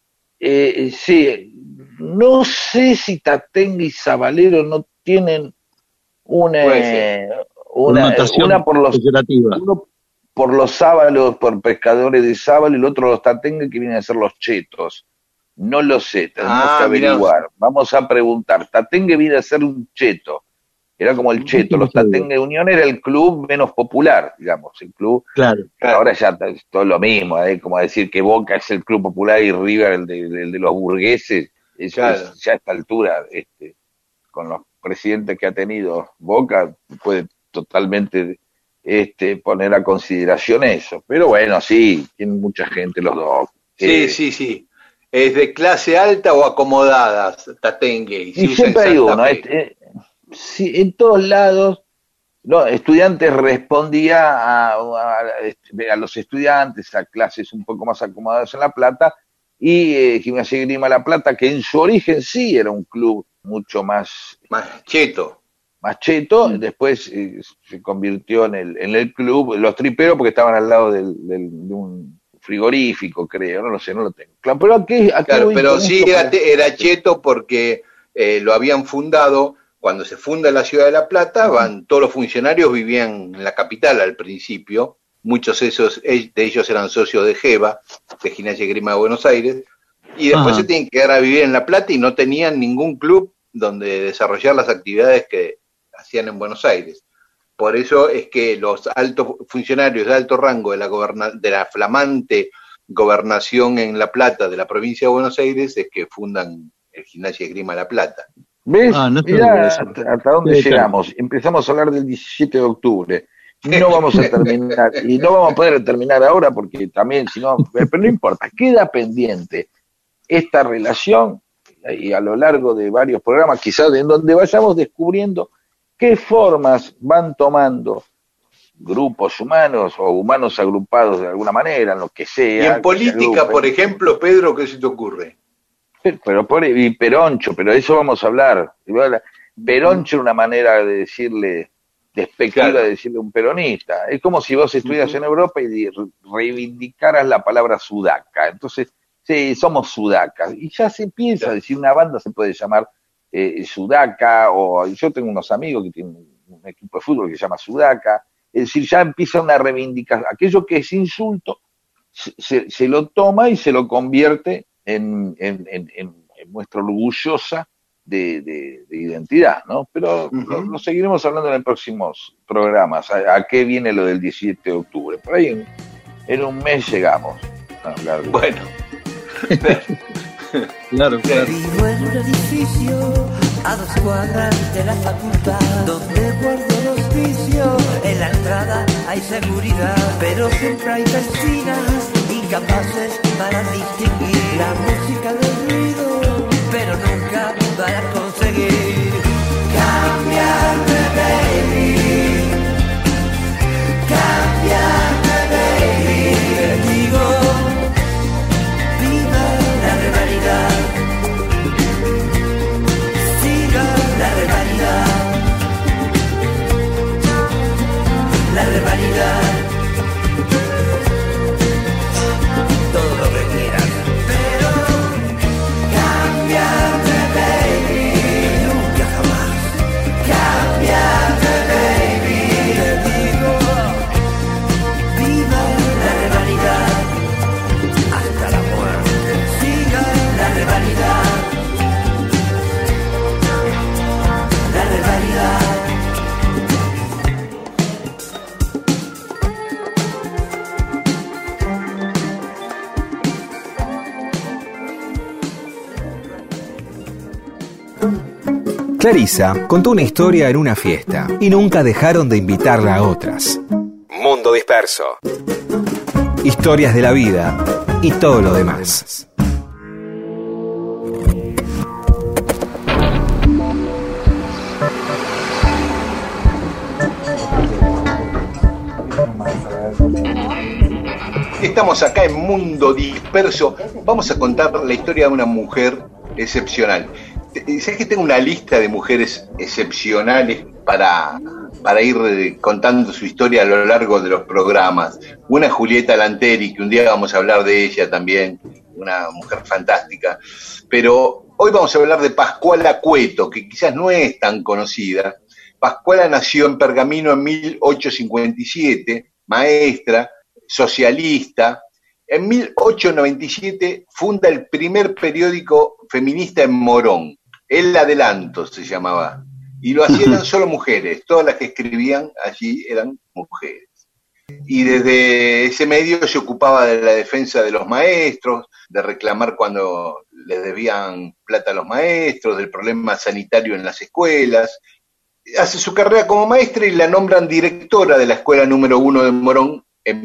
D: Sí, no sé si Tatengue y Zabalero no tienen
B: Puede ser.
D: una por los
C: peyorativa.
D: uno por los sábalos, por pescadores de sábalo, y el otro los Tatengue, que vienen a ser los chetos. No lo sé, tenemos que averiguar.
B: Mirá.
D: Vamos a preguntar. Tatengue viene a ser un cheto. Era como el cheto. Los Tatengue Unión era el club menos popular, digamos. El club.
C: Claro.
D: Ahora ya es todo lo mismo, como decir que Boca es el club popular y River el de los burgueses.
B: Claro.
D: Ya a esta altura, con los presidentes que ha tenido Boca, puede totalmente poner a consideración eso. Pero bueno, sí, tienen mucha gente los dos.
B: Sí. ¿Es de clase alta o acomodada, Tatengue?
D: Y siempre hay uno. Sí, en todos lados, Estudiantes respondía a los estudiantes, a clases un poco más acomodadas en La Plata, y Gimnasia y Grima La Plata, que en su origen sí era un club mucho más
B: cheto.
D: Después se convirtió en el club, los triperos, porque estaban al lado de un frigorífico, creo, no lo sé, no lo tengo. Claro,
B: Pero sí era cheto porque lo habían fundado. Cuando se funda la ciudad de La Plata, todos los funcionarios vivían en la capital al principio. Muchos de ellos eran socios de GEBA, de Gimnasia y Grima de Buenos Aires, y después se tienen que quedar a vivir en La Plata y no tenían ningún club donde desarrollar las actividades que hacían en Buenos Aires. Por eso es que los altos funcionarios de alto rango de la flamante gobernación en La Plata de la provincia de Buenos Aires es que fundan el Gimnasia y Esgrima La Plata.
D: ¿Ves?
C: No
D: Mirá hasta dónde llegamos. Empezamos a hablar del 17 de octubre. No vamos a terminar, y no vamos a poder terminar ahora porque también, si no, pero no importa, queda pendiente esta relación y a lo largo de varios programas, quizás en donde vayamos descubriendo qué formas van tomando grupos humanos o humanos agrupados de alguna manera, en lo que sea.
B: Y en política, por ejemplo, Pedro, ¿qué se te ocurre?
D: Y Peroncho, pero eso vamos a hablar. Peroncho es una manera de decirle, despectiva de decirle a un peronista. Es como si vos estuvieras en Europa y reivindicaras la palabra sudaca. Entonces, sí, somos sudacas. Y ya se empieza a decir, una banda se puede llamar sudaca, o yo tengo unos amigos que tienen un equipo de fútbol que se llama sudaca. Es decir, ya empieza una reivindicación. Aquello que es insulto se lo toma y se lo convierte en muestra orgullosa de identidad, ¿no? Pero lo seguiremos hablando en próximos programas. ¿A qué viene lo del 17 de octubre? Por ahí en un mes llegamos a hablar de...
B: Bueno.
C: Claro.
G: Vivo en un edificio a 2 cuadras de la facultad, donde guardo los vicios. En la entrada hay seguridad, pero siempre hay vecinas incapaces para distinguir la música del ruido, pero nunca para conseguir cambiarme, baby. Cambiarme, baby. Te digo, viva la rivalidad, siga la rivalidad, la rivalidad, todo lo que quieras, pero cambiarme, baby, nunca jamás, cambiarme, baby, te digo, viva la rivalidad, hasta la muerte, siga la rivalidad, la rivalidad.
A: Clarisa contó una historia en una fiesta y nunca dejaron de invitarla a otras. Mundo Disperso. Historias de la vida y todo lo demás.
B: Estamos acá en Mundo Disperso. Vamos a contar la historia de una mujer excepcional. ¿Sabes que tengo una lista de mujeres excepcionales para ir contando su historia a lo largo de los programas? Una es Julieta Lanteri, que un día vamos a hablar de ella también, una mujer fantástica. Pero hoy vamos a hablar de Pascuala Cueto, que quizás no es tan conocida. Pascuala nació en Pergamino en 1857, maestra, socialista. En 1897 funda el primer periódico feminista en Morón. El Adelanto se llamaba. Y lo hacían solo mujeres. Todas las que escribían allí eran mujeres. Y desde ese medio se ocupaba de la defensa de los maestros, de reclamar cuando les debían plata a los maestros, del problema sanitario en las escuelas. Hace su carrera como maestra y la nombran directora de la escuela número 1 de Morón en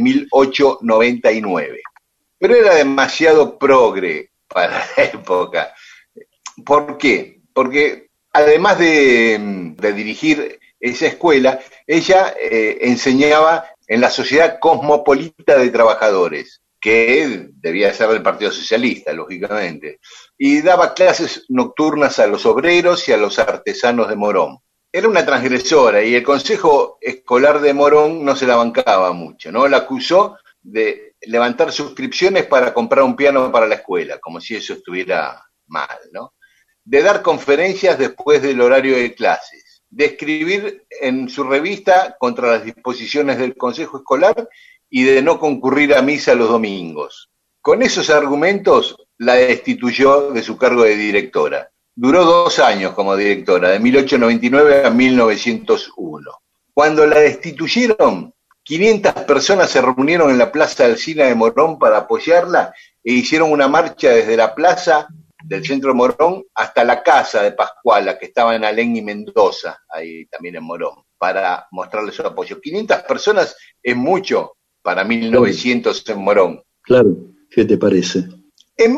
B: 1899. Pero era demasiado progre para la época. ¿Por qué? Porque además de dirigir esa escuela, ella enseñaba en la Sociedad Cosmopolita de Trabajadores, que debía ser del Partido Socialista, lógicamente, y daba clases nocturnas a los obreros y a los artesanos de Morón. Era una transgresora y el Consejo Escolar de Morón no se la bancaba mucho, ¿no? La acusó de levantar suscripciones para comprar un piano para la escuela, como si eso estuviera mal, ¿no? De dar conferencias después del horario de clases, de escribir en su revista contra las disposiciones del Consejo Escolar y de no concurrir a misa los domingos. Con esos argumentos la destituyó de su cargo de directora. Duró 2 años como directora, de 1899 a 1901. Cuando la destituyeron, 500 personas se reunieron en la Plaza Alsina de Morón para apoyarla e hicieron una marcha desde la plaza del centro de Morón hasta la casa de Pascuala, que estaba en Alén y Mendoza, ahí también en Morón, para mostrarle su apoyo. 500 personas es mucho para 1900 en Morón.
C: Claro, ¿qué te parece?
B: En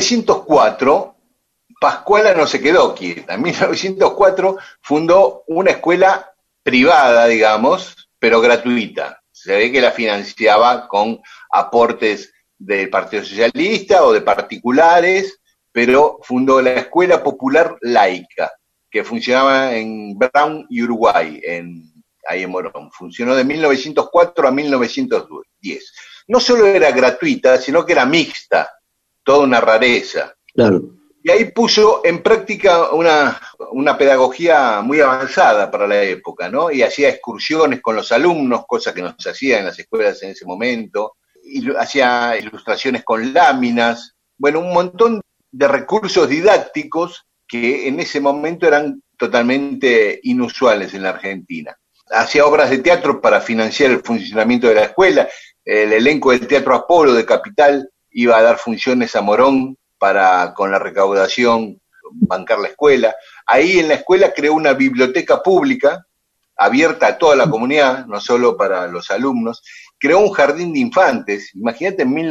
B: 1904, Pascuala no se quedó quieta. En 1904 fundó una escuela privada, digamos, pero gratuita. Se ve que la financiaba con aportes del Partido Socialista o de particulares, pero fundó la Escuela Popular Laica, que funcionaba en Brown y Uruguay, ahí en Morón. Funcionó de 1904 a 1910. No solo era gratuita, sino que era mixta, toda una rareza.
C: Claro.
B: Y ahí puso en práctica una pedagogía muy avanzada para la época, ¿no? Y hacía excursiones con los alumnos, cosa que no se hacía en las escuelas en ese momento, y hacía ilustraciones con láminas, bueno, un montón de recursos didácticos que en ese momento eran totalmente inusuales en la Argentina. Hacía obras de teatro para financiar el funcionamiento de la escuela. El elenco del Teatro Apolo de Capital iba a dar funciones a Morón para, con la recaudación, bancar la escuela. Ahí en la escuela creó una biblioteca pública abierta a toda la comunidad, no solo para los alumnos. Creó un jardín de infantes. Imagínate, en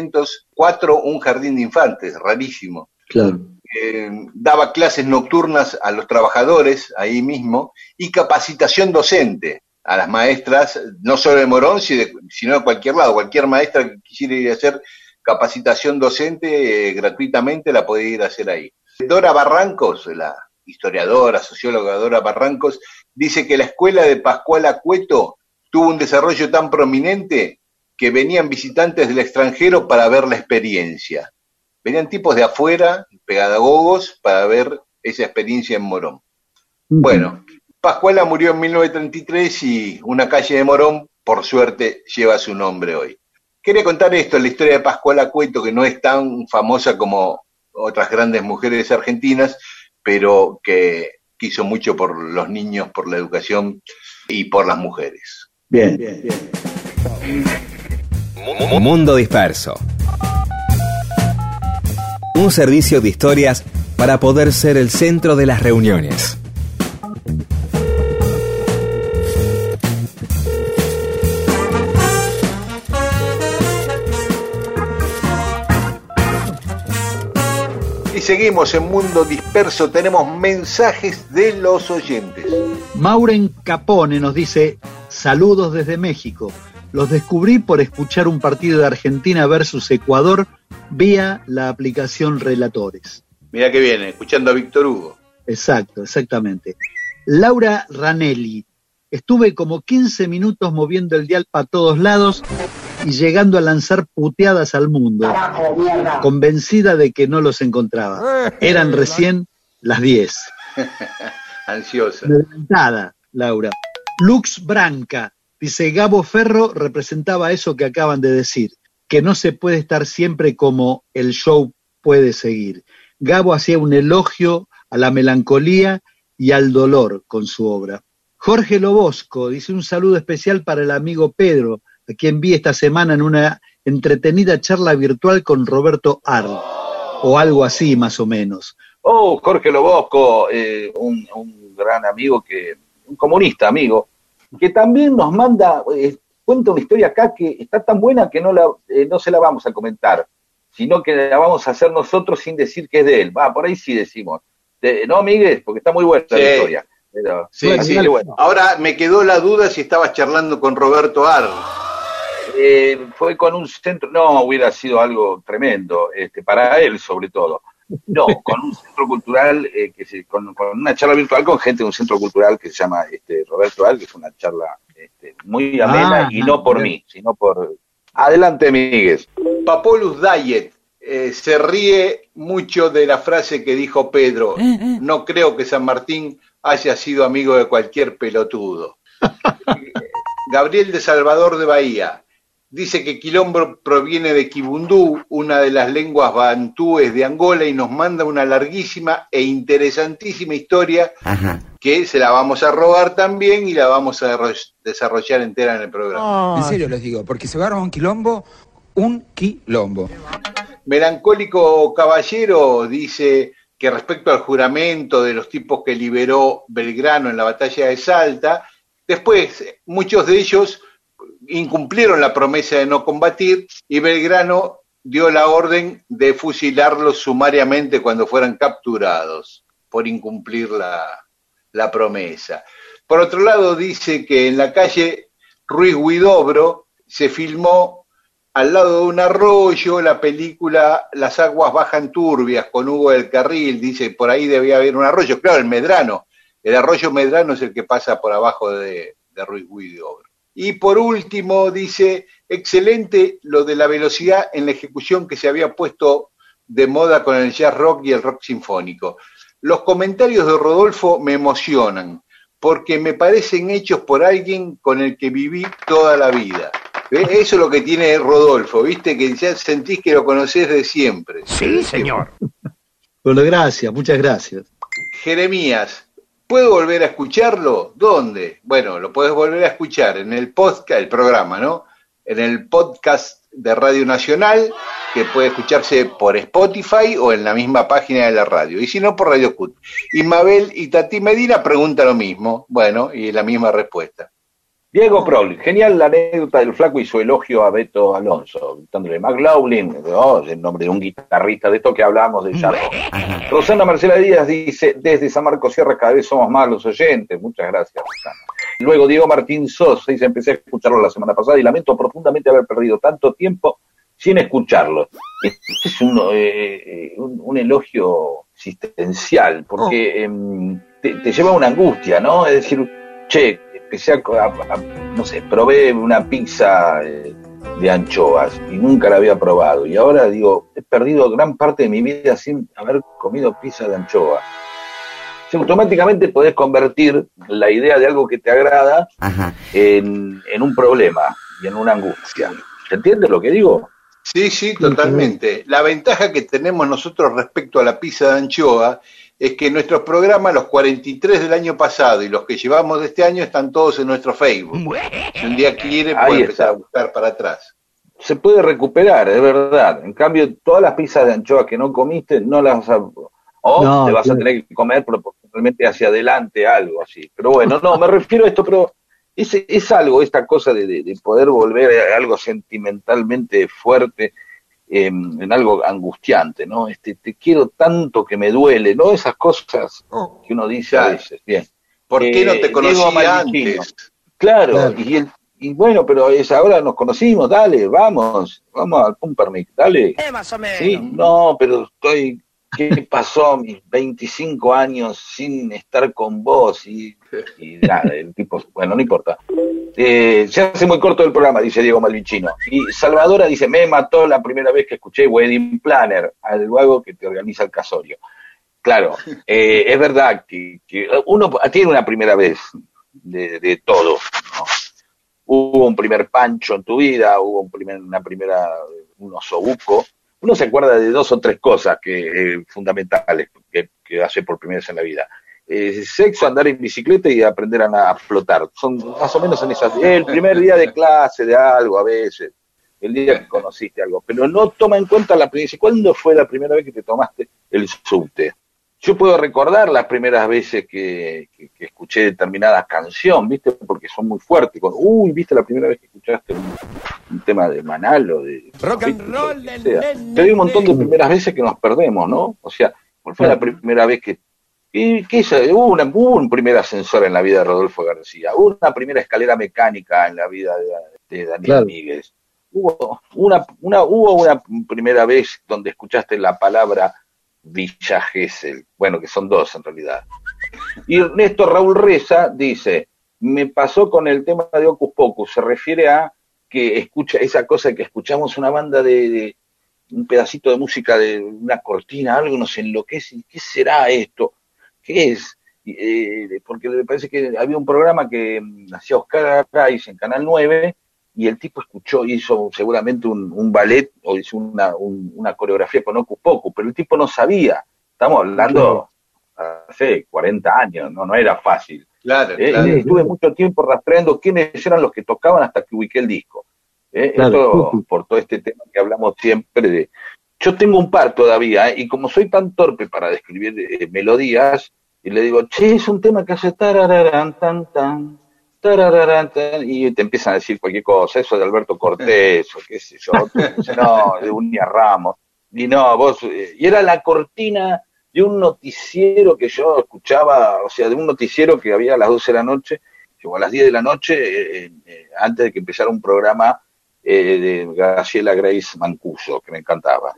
B: 1904 un jardín de infantes, rarísimo.
C: Claro.
B: Daba clases nocturnas a los trabajadores ahí mismo y capacitación docente a las maestras, no solo de Morón, sino de cualquier lado. Cualquier maestra que quisiera ir a hacer capacitación docente gratuitamente la podía ir a hacer ahí. Dora Barrancos, la historiadora, socióloga Dora Barrancos, dice que la escuela de Pascuala Cueto tuvo un desarrollo tan prominente que venían visitantes del extranjero para ver la experiencia. Venían tipos de afuera, pedagogos, para ver esa experiencia en Morón. Bueno, Pascuala murió en 1933 y una calle de Morón, por suerte, lleva su nombre hoy. Quería contar esto, la historia de Pascuala Cueto, que no es tan famosa como otras grandes mujeres argentinas, pero que hizo mucho por los niños, por la educación y por las mujeres.
C: Bien.
A: Mundo Disperso. Un servicio de historias para poder ser el centro de las reuniones.
B: Y seguimos en Mundo Disperso, tenemos mensajes de los oyentes.
C: Mauren Capone nos dice: saludos desde México. Los descubrí por escuchar un partido de Argentina versus Ecuador vía la aplicación Relatores.
B: Mirá que viene, escuchando a Víctor Hugo.
C: Exacto, exactamente. Laura Ranelli: estuve como 15 minutos moviendo el dial para todos lados y llegando a lanzar puteadas al mundo, convencida de que no los encontraba. Eran recién las 10.
B: Ansiosa.
C: Adelantada, Laura. Lux Branca dice: Gabo Ferro representaba eso que acaban de decir, que no se puede estar siempre como el show puede seguir. Gabo hacía un elogio a la melancolía y al dolor con su obra. Jorge Lobosco dice: un saludo especial para el amigo Pedro, a quien vi esta semana en una entretenida charla virtual con Roberto Arlt, o algo así más o menos.
D: Oh, Jorge Lobosco, un gran amigo, un comunista amigo, que también nos manda, cuenta una historia acá que está tan buena que no se la vamos a comentar, sino que la vamos a hacer nosotros sin decir que es de él. Por ahí sí decimos. No, Miguel, porque está muy buena la historia. Pero,
B: sí, así sí. Bueno. Ahora me quedó la duda si estabas charlando con Roberto Arlt.
D: Fue con un centro, no, hubiera sido algo tremendo, para él sobre todo. No, con un centro cultural, con una charla virtual con gente de un centro cultural que se llama Roberto Arlt, que es una charla muy amena, y no por mí, sino por... Adelante, Miguel.
B: Papolus Diet se ríe mucho de la frase que dijo Pedro: no creo que San Martín haya sido amigo de cualquier pelotudo. Gabriel de Salvador de Bahía: dice que quilombo proviene de Kibundú, una de las lenguas bantúes de Angola, y nos manda una larguísima e interesantísima historia.
E: Ajá.
B: Que se la vamos a robar también y la vamos a desarrollar entera en el programa.
H: En serio les digo, porque se agarra un quilombo.
B: Melancólico Caballero dice que respecto al juramento de los tipos que liberó Belgrano en la batalla de Salta, después muchos de ellos incumplieron la promesa de no combatir y Belgrano dio la orden de fusilarlos sumariamente cuando fueran capturados por incumplir la promesa. Por otro lado, dice que en la calle Ruiz Huidobro se filmó al lado de un arroyo la película Las aguas bajan turbias con Hugo del Carril. Dice, por ahí debía haber un arroyo. Claro, el Medrano. El arroyo Medrano es el que pasa por abajo de Ruiz Huidobro. Y por último, dice, excelente lo de la velocidad en la ejecución que se había puesto de moda con el jazz rock y el rock sinfónico. Los comentarios de Rodolfo me emocionan, porque me parecen hechos por alguien con el que viví toda la vida. ¿Ves? Eso es lo que tiene Rodolfo, ¿viste? Que ya sentís que lo conocés de siempre.
E: Sí, señor.
C: Bueno, gracias, muchas gracias.
B: Jeremías, ¿puedo volver a escucharlo? ¿Dónde? Bueno, lo podés volver a escuchar en el podcast, el programa, ¿no? En el podcast de Radio Nacional, que puede escucharse por Spotify o en la misma página de la radio, y si no, por Radio CUT. Y Mabel y Tati Medina preguntan lo mismo, bueno, y la misma respuesta.
D: Diego Prol, genial la anécdota del flaco y su elogio a Beto Alonso, gritándole McLaughlin, el nombre de un guitarrista de esto que hablábamos de jazz. Rosana Marcela Díaz dice, desde San Marcos Sierra cada vez somos más los oyentes, muchas gracias, Rosana. Luego Diego Martín Sosa dice, empecé a escucharlo la semana pasada y lamento profundamente haber perdido tanto tiempo sin escucharlo. Este es un elogio existencial, porque te lleva a una angustia, ¿no? Es decir, che, empecé no sé, probé una pizza de anchoas y nunca la había probado, y ahora digo, he perdido gran parte de mi vida sin haber comido pizza de anchoa. O sea, automáticamente podés convertir la idea de algo que te agrada en un problema y en una angustia. ¿Se entiende lo que digo?
B: Sí, totalmente. La ventaja que tenemos nosotros respecto a la pizza de anchoa es que nuestros programas, los 43 del año pasado y los que llevamos de este año, están todos en nuestro Facebook. Si un día quiere, puede empezar a buscar para atrás.
D: Se puede recuperar, es verdad. En cambio, todas las pizzas de anchoa que no comiste, no las vas a... te vas a tener que comer proporcionalmente hacia adelante, algo así. Pero bueno, no, me refiero a esto, pero es algo, esta cosa de poder volver a algo sentimentalmente fuerte, en algo angustiante, ¿no? Te quiero tanto que me duele, ¿no? Esas cosas que uno dice a veces. Bien.
B: ¿Por qué no te conocía antes?
D: Claro. Y bueno, pero ahora nos conocimos, dale, vamos al Pumpernick, dale.
E: Más o menos.
D: Sí, no, pero ¿qué pasó mis 25 años sin estar con vos? Y nada, el tipo, bueno, no importa. Se hace muy corto el programa, dice Diego Malvicino. Y Salvadora dice, me mató la primera vez que escuché Wedding Planner, algo que te organiza el casorio. Claro, es verdad que uno tiene una primera vez de todo, ¿no? Hubo un primer pancho en tu vida, hubo un osobuco. Uno se acuerda de 2 o 3 cosas fundamentales que hace por primera vez en la vida. Sexo, andar en bicicleta y aprender a flotar. Son más o menos en esas. El primer día de clase de algo a veces, el día que conociste algo, pero no toma en cuenta ¿cuándo fue la primera vez que te tomaste el subte? Yo puedo recordar las primeras veces que escuché determinada canción, ¿viste? Porque son muy fuertes. ¿Viste la primera vez que escuchaste un tema de Manal o de
E: rock and roll?
D: Pero hay un montón de primeras veces que nos perdemos, ¿no? O sea, ¿cuál fue la primera vez que hubo un primer ascensor en la vida de Rodolfo García? Hubo una primera escalera mecánica en la vida de Daniel Míguez. Hubo una primera vez donde escuchaste la palabra Villa Gesell, bueno, que son 2 en realidad. Y Ernesto Raúl Reza dice, me pasó con el tema de Hocus Pocus, se refiere a que escucha esa cosa que escuchamos una banda de un pedacito de música de una cortina, algo nos enloquece, ¿qué será esto? ¿Qué es? Porque me parece que había un programa que hacía Oscar Arraiz en Canal 9, y el tipo hizo seguramente un ballet o hizo una coreografía con Hocus Pocus, pero el tipo no sabía. Estamos hablando hace 40 años, no era fácil.
B: Claro.
D: Y estuve mucho tiempo rastreando quiénes eran los que tocaban hasta que ubiqué el disco. Esto por todo este tema que hablamos siempre de... Yo tengo un par todavía, y como soy tan torpe para describir melodías, y le digo, che, es un tema que hace tarararán, tan, tan, tarararán, tan, y te empiezan a decir cualquier cosa, eso de Alberto Cortés, o qué sé yo, no, de Unia Ramos, y no, y era la cortina de un noticiero que yo escuchaba, o sea, de un noticiero que había a las 12 de la noche, o a las 10 de la noche, antes de que empezara un programa de Graciela Grace Mancuso, que me encantaba.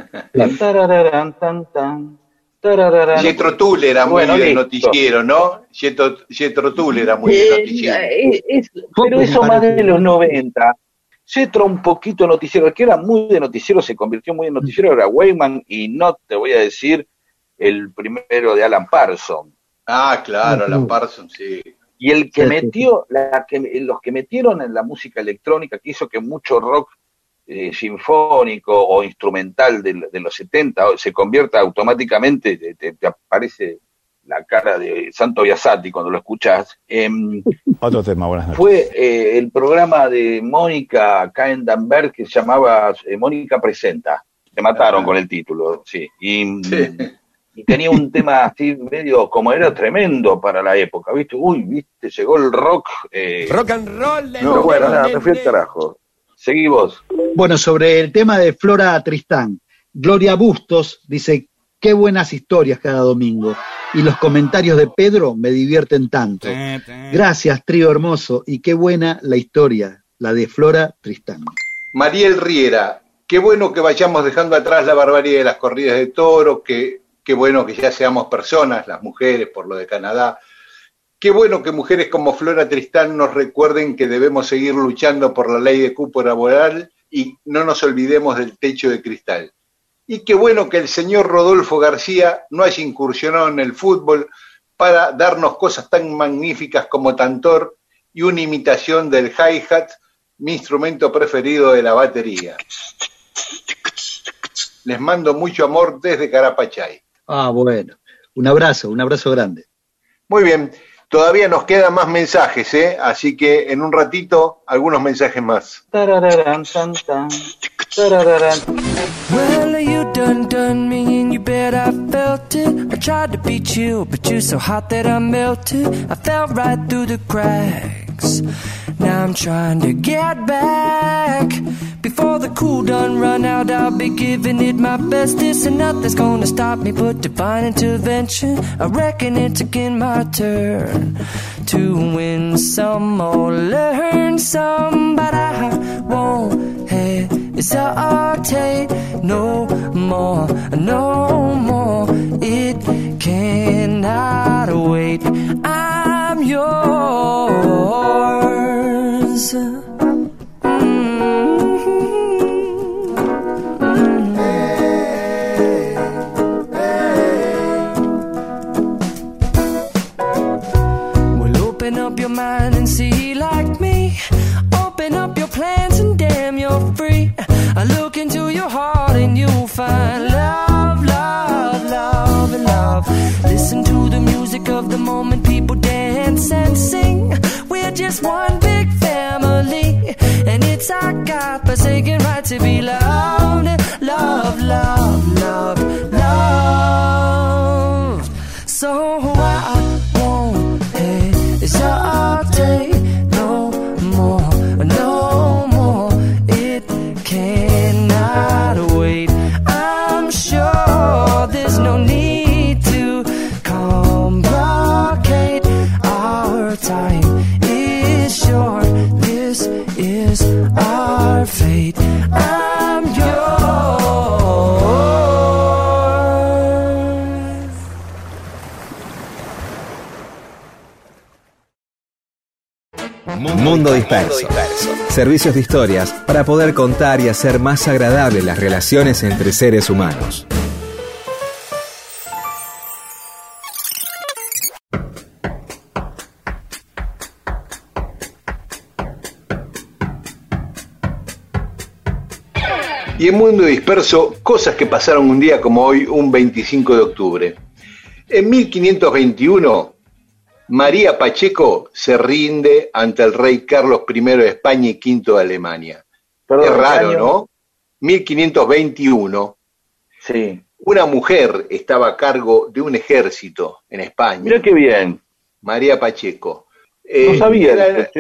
B: Jethro Tull era muy del noticiero, ¿no? Jethro Tull era muy del noticiero.
D: Pero eso más de los 90. Jethro un poquito noticiero, el que era muy de noticiero se convirtió muy en noticiero, era Wayman, y no te voy a decir el primero de Alan Parsons.
B: Ah, claro, Alan Parsons, sí.
D: Y el que metió, los que metieron en la música electrónica, que hizo que mucho rock sinfónico o instrumental de los 70 se convierta automáticamente, te aparece la cara de Santo Biasati cuando lo escuchás.
I: Otro tema, buenas noches.
D: Fue el programa de Mónica Caendanberg que se llamaba Mónica Presenta. Se mataron con el título, sí. Y tenía un tema así medio, como era tremendo para la época, ¿viste? ¿Viste? Llegó el rock.
E: Rock and roll.
D: No, bueno, nada, me fui al carajo. Seguí vos.
C: Bueno, sobre el tema de Flora Tristán, Gloria Bustos dice, qué buenas historias cada domingo. Y los comentarios de Pedro me divierten tanto. Gracias, trío hermoso. Y qué buena la historia, la de Flora Tristán.
B: Mariel Riera, qué bueno que vayamos dejando atrás la barbarie de las corridas de toro, qué bueno que ya seamos personas, las mujeres, por lo de Canadá. Qué bueno que mujeres como Flora Tristán nos recuerden que debemos seguir luchando por la ley de cupo laboral y no nos olvidemos del techo de cristal. Y qué bueno que el señor Rodolfo García no haya incursionado en el fútbol para darnos cosas tan magníficas como Tantor y una imitación del hi-hat, mi instrumento preferido de la batería. Les mando mucho amor desde Carapachay.
C: Ah, bueno. Un abrazo grande.
B: Muy bien. Todavía nos quedan más mensajes, así que en un ratito algunos mensajes más.
G: Well, you done me and you bet I felt it. I tried to be chill, but you're so hot that I melted. I fell right through the cracks. Now I'm trying to get back. Before the cool done run out, I'll be giving it my best. This and nothing's gonna stop me but divine intervention. I reckon it's again my turn to win some or learn some, but I won't hesitate no more, no more. It cannot wait. I'm yours. Up your mind and see like me. Open up your plans and damn, you're free. I look into your heart and you'll find love, love, love, and love. Listen to the music of the moment, people dance and sing. We're just one big family, and it's our God-forsaken right to be loved, love, love, love, love. So I won't hesitate no more, no more. It cannot wait. I'm sure there's no need to complicate. Our time is short. This is our fate. I'm yours.
A: Mundo Disperso. Servicios de historias para poder contar y hacer más agradables las relaciones entre seres humanos.
B: Y en Mundo Disperso, cosas que pasaron un día como hoy, un 25 de octubre. En 1521, María Pacheco se rinde ante el rey Carlos I de España y V de Alemania.
D: Perdón,
B: es raro,
D: año?
B: ¿no? 1521.
D: Sí.
B: Una mujer estaba a cargo de un ejército en España.
D: Mira qué bien.
B: María Pacheco.
D: No sabía.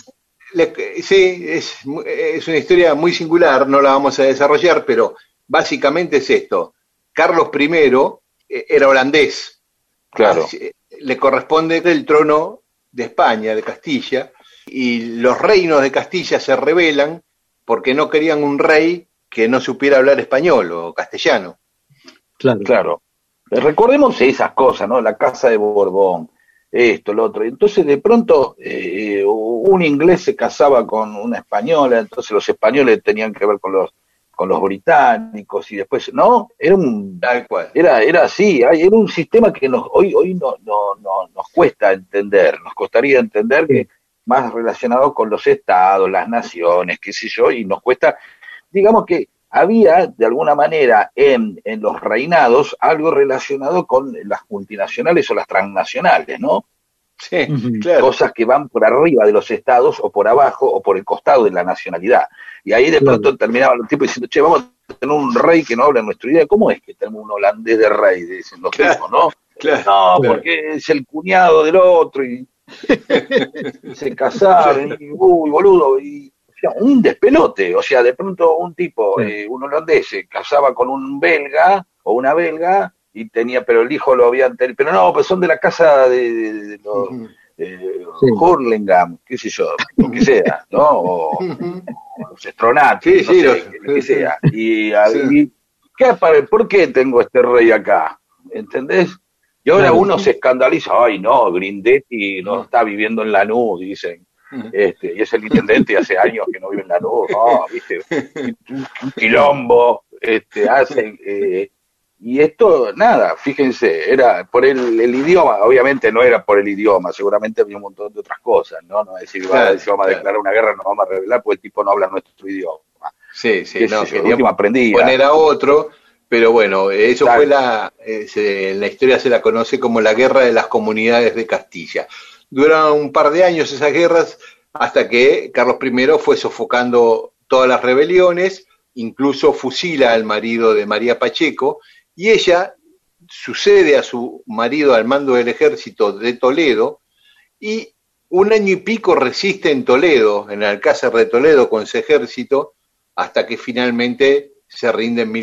B: Sí, es una historia muy singular, no la vamos a desarrollar, pero básicamente es esto. Carlos I era holandés.
D: Claro.
B: Le corresponde el trono de España, de Castilla, y los reinos de Castilla se rebelan porque no querían un rey que no supiera hablar español o castellano.
D: Claro. Recordemos esas cosas, ¿no? La Casa de Borbón, esto, lo otro. Entonces, de pronto, un inglés se casaba con una española, entonces los españoles tenían que ver con los británicos, y después, ¿no? Era un...
B: Tal cual.
D: Era así, era un sistema que hoy nos cuesta entender, nos costaría entender que más relacionado con los estados, las naciones, qué sé yo, y nos cuesta, digamos que había de alguna manera en los reinados algo relacionado con las multinacionales o las transnacionales, ¿no?
B: Sí, claro.
D: Cosas que van por arriba de los estados o por abajo o por el costado de la nacionalidad. Y ahí de pronto terminaban los tipos diciendo, che, vamos a tener un rey que no habla nuestra idea. ¿Cómo es que tenemos un holandés de rey? Dicen los tipos, ¿no? No, porque es el cuñado del otro y se casaron y uy, boludo, y un despelote, o sea, de pronto un tipo, un holandés se casaba con un belga o una belga y tenía, pero el hijo lo habían tenido, pero no, pues son de la casa de los Hurlingham, qué sé yo, lo que sea, ¿no? O los Stronati, no sé, lo que sea. Y ¿por qué tengo este rey acá? ¿Entendés? Y ahora uno se escandaliza, ay no, Grindetti no está viviendo en Lanús, dicen. Y es el intendente hace años que no vive en Lanús, no, viste, un quilombo, y esto, nada, fíjense, era por el idioma, obviamente no era por el idioma, seguramente había un montón de otras cosas, ¿no? No es decir, si vamos a declarar una guerra, nos vamos a rebelar porque el tipo no habla nuestro idioma.
B: Sí, no,
D: quería aprendí.
B: Poner a otro, pero bueno, eso fue en la historia se la conoce como la Guerra de las Comunidades de Castilla. Duraron un par de años esas guerras hasta que Carlos I fue sofocando todas las rebeliones, incluso fusila al marido de María Pacheco, y ella sucede a su marido al mando del ejército de Toledo, y un año y pico resiste en Toledo, en el Alcázar de Toledo con su ejército, hasta que finalmente se rinde en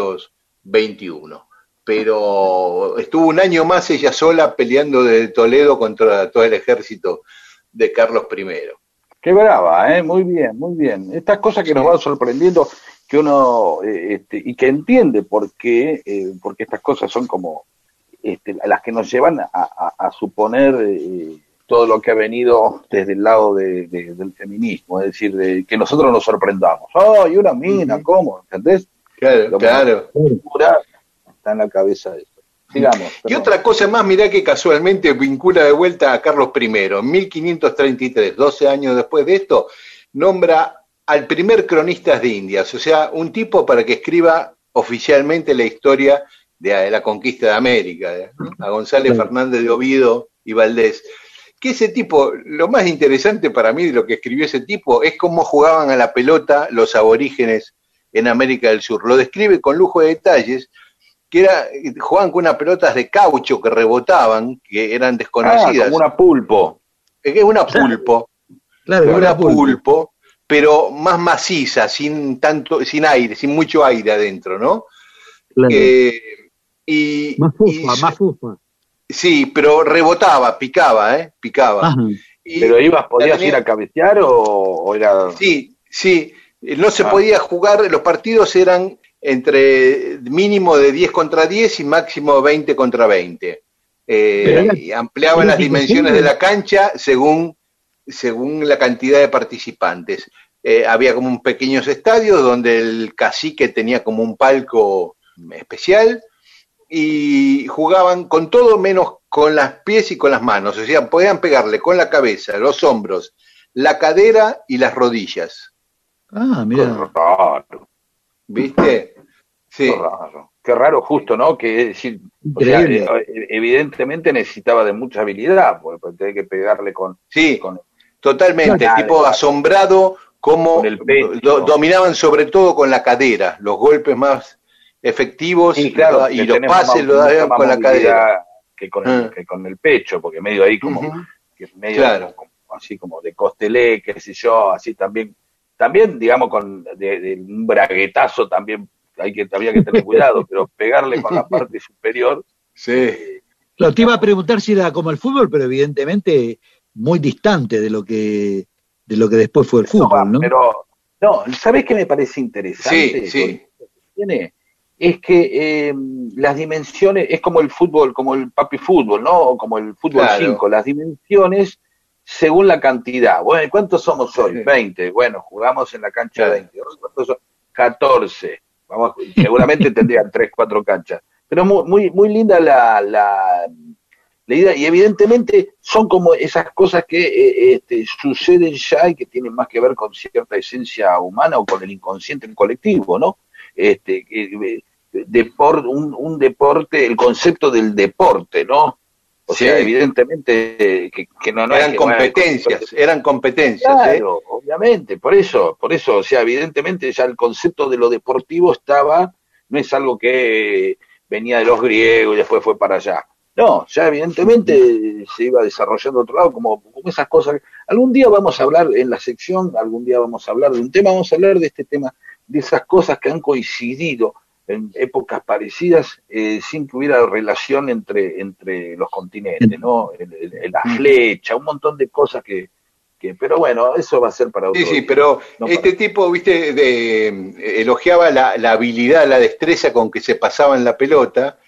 B: 1521. Pero estuvo un año más ella sola peleando de Toledo contra todo el ejército de Carlos I.
D: Qué brava, muy bien, muy bien. Estas cosas que nos van sorprendiendo, que uno, y que entiende porque estas cosas son como las que nos llevan a suponer todo lo que ha venido desde el lado del feminismo, es decir, de que nosotros nos sorprendamos. ¡Ay, una mina! ¿Cómo? ¿Entendés?
B: Claro.
D: Está en la cabeza de eso. Sigamos.
B: Y otra cosa más, mirá que casualmente vincula de vuelta a Carlos I. En 1533, 12 años después de esto, nombra al primer cronista de Indias, o sea, un tipo para que escriba oficialmente la historia de la conquista de América, a González Fernández de Oviedo y Valdés. Que ese tipo, lo más interesante para mí de lo que escribió ese tipo es cómo jugaban a la pelota los aborígenes en América del Sur. Lo describe con lujo de detalles, que jugaban con unas pelotas de caucho que rebotaban, que eran desconocidas.
D: Como una pulpo.
B: Es una pulpo.
C: Claro,
B: una pulpo, pero más maciza, sin aire, sin mucho aire adentro, ¿no?
C: Claro.
B: Más fufa. Sí, pero rebotaba, picaba.
D: ¿Pero podías ir a cabecear o era...?
B: Sí, no se podía jugar, los partidos eran entre mínimo de 10 contra 10 y máximo 20 contra 20. Y ampliaban las dimensiones de la cancha según la cantidad de participantes. Había como un pequeños estadios donde el cacique tenía como un palco especial y jugaban con todo menos con los pies y con las manos. O sea, podían pegarle con la cabeza, los hombros, la cadera y las rodillas.
C: Ah, mira.
B: ¿Viste? Sí.
D: Qué raro, justo, ¿no? Que es decir, o sea, evidentemente necesitaba de mucha habilidad, porque tenía que pegarle con...
B: Sí, totalmente, tipo asombrado cómo dominaban sobre todo con la cadera, los golpes más efectivos,
D: sí, claro,
B: y los pases lo daban con la cadera.
D: Que con el pecho, porque medio ahí como, que medio como, así como de Costelé, qué sé yo, así también digamos con de un braguetazo también había que tener cuidado, pero pegarle con la parte superior.
B: Sí.
C: Lo te iba a preguntar si era como el fútbol, pero evidentemente muy distante de lo que después fue el fútbol, ¿no?
D: Pero, no, ¿sabés qué me parece interesante?
B: Sí.
D: Es que las dimensiones, es como el fútbol, como el papi fútbol, ¿no? O como el fútbol 5, las dimensiones según la cantidad. Bueno, ¿cuántos somos hoy? 20. Bueno, jugamos en la cancha 20. ¿Cuántos son? 14. Vamos, seguramente tendrían 3, 4 canchas. Pero muy, muy linda la idea, y evidentemente son como esas cosas que suceden ya y que tienen más que ver con cierta esencia humana o con el inconsciente colectivo, ¿no? Un deporte, el concepto del deporte, ¿no? O sea, evidentemente que no
B: eran competencias, eran competencias.
D: Claro, obviamente, por eso, o sea, evidentemente ya el concepto de lo deportivo no es algo que venía de los griegos y después fue para allá. No, ya evidentemente se iba desarrollando otro lado, como esas cosas. Algún día vamos a hablar en la sección, algún día vamos a hablar de un tema, vamos a hablar de este tema, de esas cosas que han coincidido en épocas parecidas sin que hubiera relación entre los continentes, ¿no? La flecha, un montón de cosas que pero bueno, eso va a ser para otro
B: día. Sí, pero tipo, viste, elogiaba la habilidad, la destreza con que se pasaban la pelota,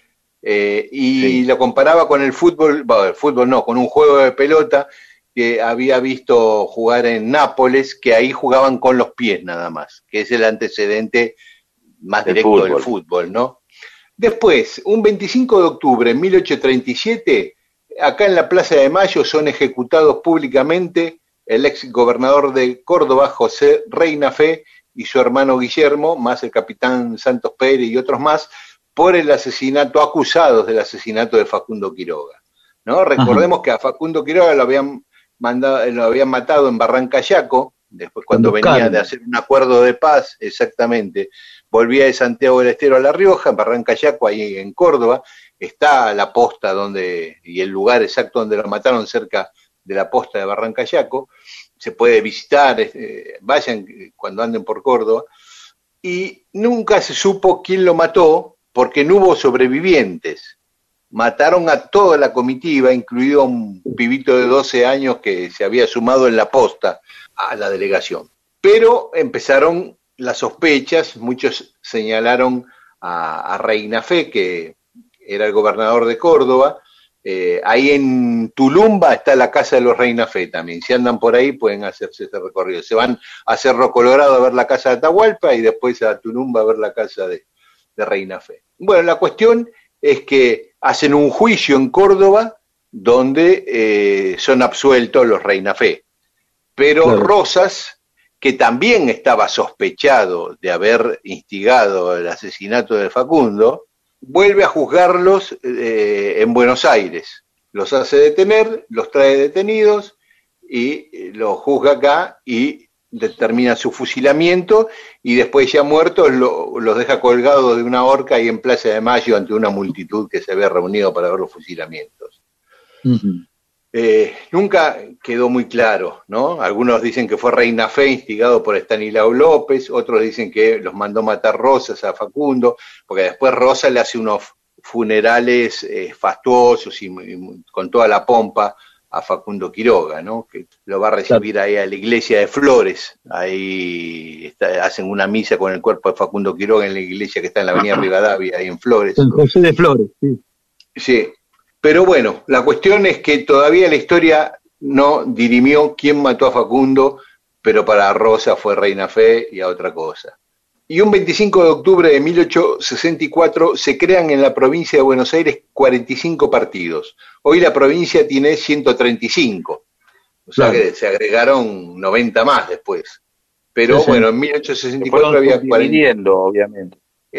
B: y lo comparaba con el fútbol, con un juego de pelota que había visto jugar en Nápoles, que ahí jugaban con los pies nada más, que es el antecedente más directo del fútbol, ¿no? Después, un 25 de octubre de 1837, acá en la Plaza de Mayo son ejecutados públicamente el ex gobernador de Córdoba, José Reinafé, y su hermano Guillermo, más el capitán Santos Pérez y otros más, por el asesinato, acusados del asesinato de Facundo Quiroga, ¿no? Recordemos que a Facundo Quiroga lo habían matado en Barranca Yaco, después cuando venía de hacer un acuerdo de paz, exactamente, volvía de Santiago del Estero a La Rioja, en Barranca Yaco, ahí en Córdoba, está la posta y el lugar exacto donde lo mataron, cerca de la posta de Barranca Yaco, se puede visitar, vayan cuando anden por Córdoba, y nunca se supo quién lo mató, porque no hubo sobrevivientes. Mataron a toda la comitiva, incluido a un pibito de 12 años que se había sumado en la posta a la delegación. Pero empezaron las sospechas, muchos señalaron a Reinafé, que era el gobernador de Córdoba. Ahí en Tulumba está la casa de los Reinafé también. Si andan por ahí pueden hacerse ese recorrido. Se van a Cerro Colorado a ver la casa de Atahualpa y después a Tulumba a ver la casa de Reinafé. Bueno, la cuestión es que hacen un juicio en Córdoba donde son absueltos los Reinafé. Pero Rosas, que también estaba sospechado de haber instigado el asesinato de Facundo, vuelve a juzgarlos en Buenos Aires. Los hace detener, los trae detenidos y los juzga acá y determina su fusilamiento, y después ya muertos los deja colgados de una horca ahí en Plaza de Mayo ante una multitud que se había reunido para ver los fusilamientos. Uh-huh. Nunca quedó muy claro, ¿no? Algunos dicen que fue Reinafé instigado por Estanislao López, otros dicen que los mandó matar Rosas a Facundo, porque después Rosas le hace unos funerales fastuosos y con toda la pompa a Facundo Quiroga, ¿no? Que lo va a recibir ahí a la iglesia de Flores. Ahí hacen una misa con el cuerpo de Facundo Quiroga en la iglesia que está en la avenida Rivadavia, ahí en Flores.
C: En José de Flores, sí.
B: Sí, pero bueno, la cuestión es que todavía la historia no dirimió quién mató a Facundo, pero para Rosa fue Reinafé y a otra cosa. Y un 25 de octubre de 1864 se crean en la provincia de Buenos Aires 45 partidos. Hoy la provincia tiene 135, o sea que se agregaron 90 más después. Pero
C: Sí, sí.
B: bueno, en 1864 había 40.
D: Dividiendo, obviamente.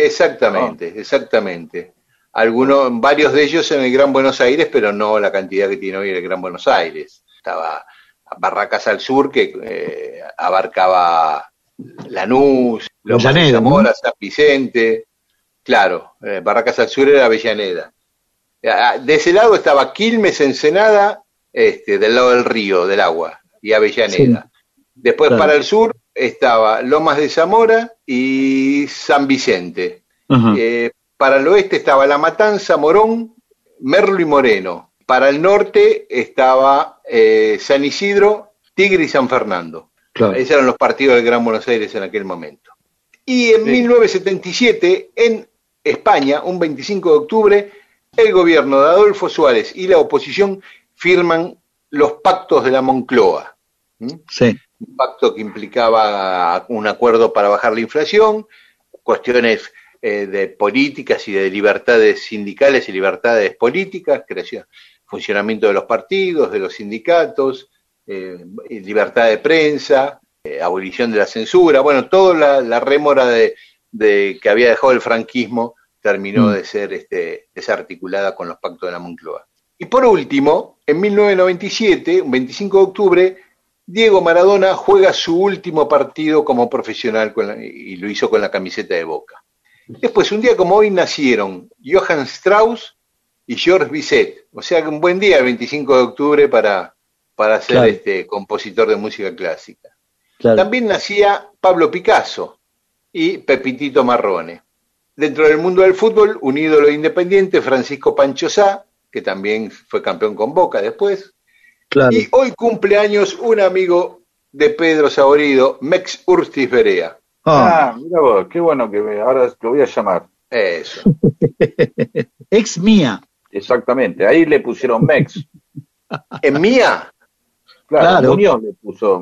B: Exactamente. Varios de ellos en el Gran Buenos Aires, pero no la cantidad que tiene hoy el Gran Buenos Aires. Estaba Barracas al sur, que abarcaba Lanús, Lomas de
C: Avellaneda,
B: Zamora,
C: ¿no?
B: San Vicente. Claro, Barracas al sur era Avellaneda. De ese lado estaba Quilmes, Ensenada, del lado del río, del agua, y Avellaneda.
C: Sí,
B: Después
C: claro.
B: para el sur estaba Lomas de Zamora y San Vicente.
C: Ajá.
B: Para el oeste estaba La Matanza, Morón, Merlo y Moreno. Para el norte estaba San Isidro, Tigre y San Fernando.
C: Claro.
B: Esos eran los partidos del Gran Buenos Aires en aquel momento. Y en 1977, en España, un 25 de octubre, el gobierno de Adolfo Suárez y la oposición firman los pactos de la Moncloa.
C: Sí.
B: Un pacto que implicaba un acuerdo para bajar la inflación, cuestiones de políticas y de libertades sindicales y libertades políticas, creación, funcionamiento de los partidos, de los sindicatos, libertad de prensa, abolición de la censura, bueno, toda la rémora de que había dejado el franquismo terminó de ser desarticulada con los pactos de la Moncloa. Y por último, en 1997, un 25 de octubre, Diego Maradona juega su último partido como profesional y lo hizo con la camiseta de Boca. Después, un día como hoy, nacieron Johann Strauss y Georges Bizet. O sea que un buen día el 25 de octubre para ser
C: Claro.
B: compositor de música clásica.
C: Claro.
B: También nacía Pablo Picasso y Pepitito Marrone. Dentro del mundo del fútbol, un ídolo independiente, Francisco Pancho Sá, que también fue campeón con Boca después.
C: Claro.
B: Y hoy cumple años un amigo de Pedro Saborido, Mex Urtiz Berea.
D: Mira vos, qué bueno ahora lo voy a llamar.
B: Eso.
C: Ex mía.
D: Exactamente, ahí le pusieron Mex.
B: ¿En Mía?
D: Claro. Muñoz le puso.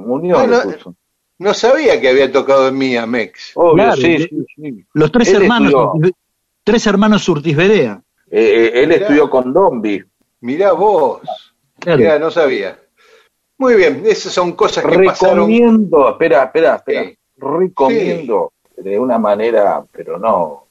B: No sabía que había tocado en Mía, Mex.
D: Obvio,
C: Claro,
D: sí.
C: Los tres hermanos Urtiz Berea.
D: Él estudió con Dombi.
B: Mirá vos.
C: Claro.
B: Mirá, no sabía. Muy bien, esas son cosas que
D: Recomiendo,
B: pasaron.
D: espera. Recomiendo de una manera, pero no,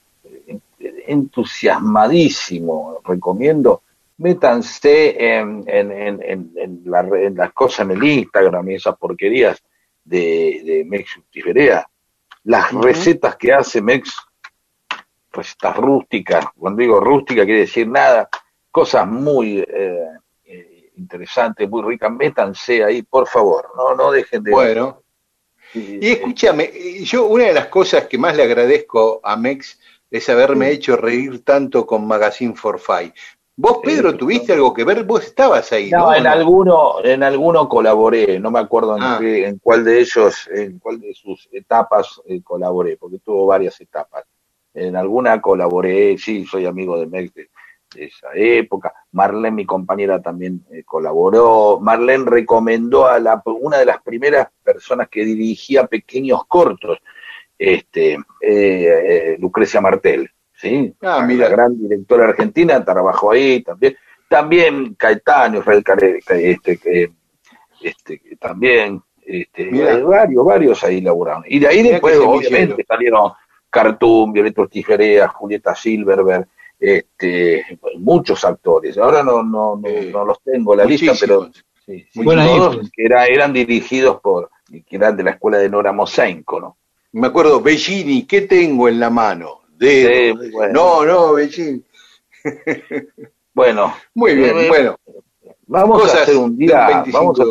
D: entusiasmadísimo, recomiendo. Métanse en las cosas en el Instagram y esas porquerías de Mex Urtiz Berea. Las recetas que hace Mex, recetas rústicas. Cuando digo rústica quiere decir nada. Cosas muy interesantes, muy ricas. Métanse ahí, por favor. No dejen de...
B: Bueno. Y escúchame, yo una de las cosas que más le agradezco a Mex es haberme hecho reír tanto con Magazine for Five. ¿Vos, Pedro, tuviste algo que ver? Vos estabas ahí, ¿no?
D: En alguno colaboré, no me acuerdo en cuál de ellos, en cuál de sus etapas colaboré, porque tuvo varias etapas. En alguna colaboré, sí, soy amigo de Mex de esa época. Marlene, mi compañera, también colaboró. Marlene recomendó a una de las primeras personas que dirigía pequeños cortos, Lucrecia Martel. ¿Sí?
B: Mira.
D: La gran directora argentina trabajó ahí también. También Caetano, Israel también, varios ahí laburaron. Y de ahí después, obviamente, salieron Cartoon, Violeta Urtiz Berea, Julieta Silverberg, muchos actores. Ahora no los tengo en la lista, pero sí, todos que eran dirigidos que eran de la escuela de Nora Mosenko, ¿no?
B: Me acuerdo, Bellini, ¿qué tengo en la mano?
D: Bueno.
B: No, Bellini.
D: Bueno.
B: Muy bien, bueno.
D: Vamos a hacer un día,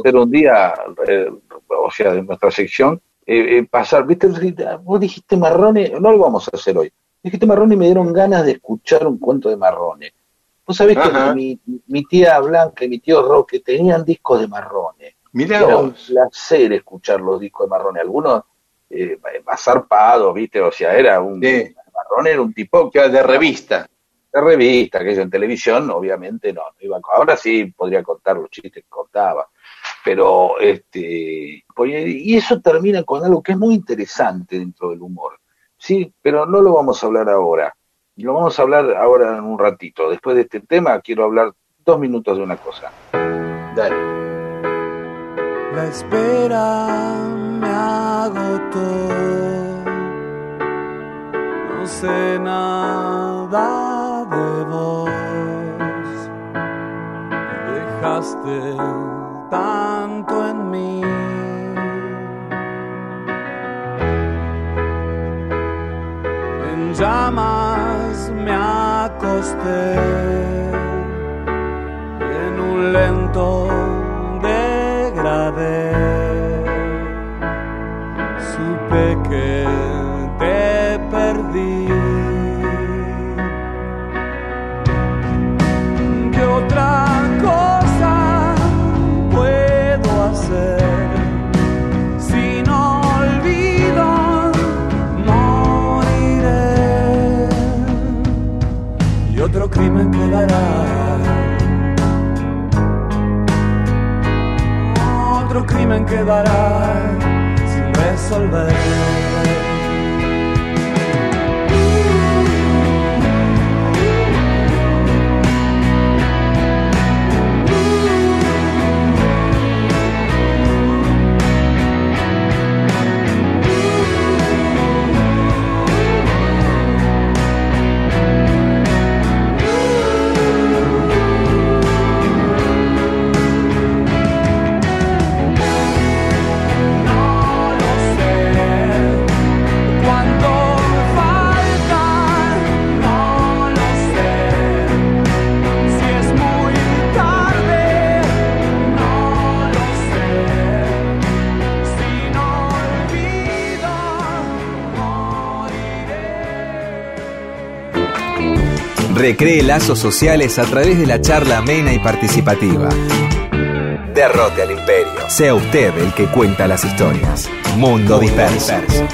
D: o sea, de nuestra sección, pasar, ¿viste? Vos dijiste Marrone, no lo vamos a hacer hoy. Dijiste Marrone y me dieron ganas de escuchar un cuento de Marrone. Vos sabés que mi tía Blanca y mi tío Roque tenían discos de Marrone.
B: Mirá
D: Era
B: vos.
D: un placer escuchar los discos de Marrone. Algunos más zarpados, ¿viste? O sea, Marrone era un tipo
B: que de revista.
D: De revista, que yo en televisión, obviamente no iba. Ahora sí podría contar los chistes que contaba. Pero, y eso termina con algo que es muy interesante dentro del humor. Sí, pero no lo vamos a hablar ahora. Lo vamos a hablar ahora en un ratito. Después de este tema quiero hablar 2 minutos de una cosa.
B: Dale.
G: La espera me agotó. No sé nada de vos. Dejaste tanto en mí. En llamas me acosté en un lento degradé. Supe que te perdí. ¿Qué otra cosa puedo hacer si no olvido? Moriré y otro crimen quedará. Otro crimen quedará sin resolver.
A: Recree lazos sociales a través de la charla amena y participativa. Derrote al imperio. Sea usted el que cuenta las historias. Mundo Disperso.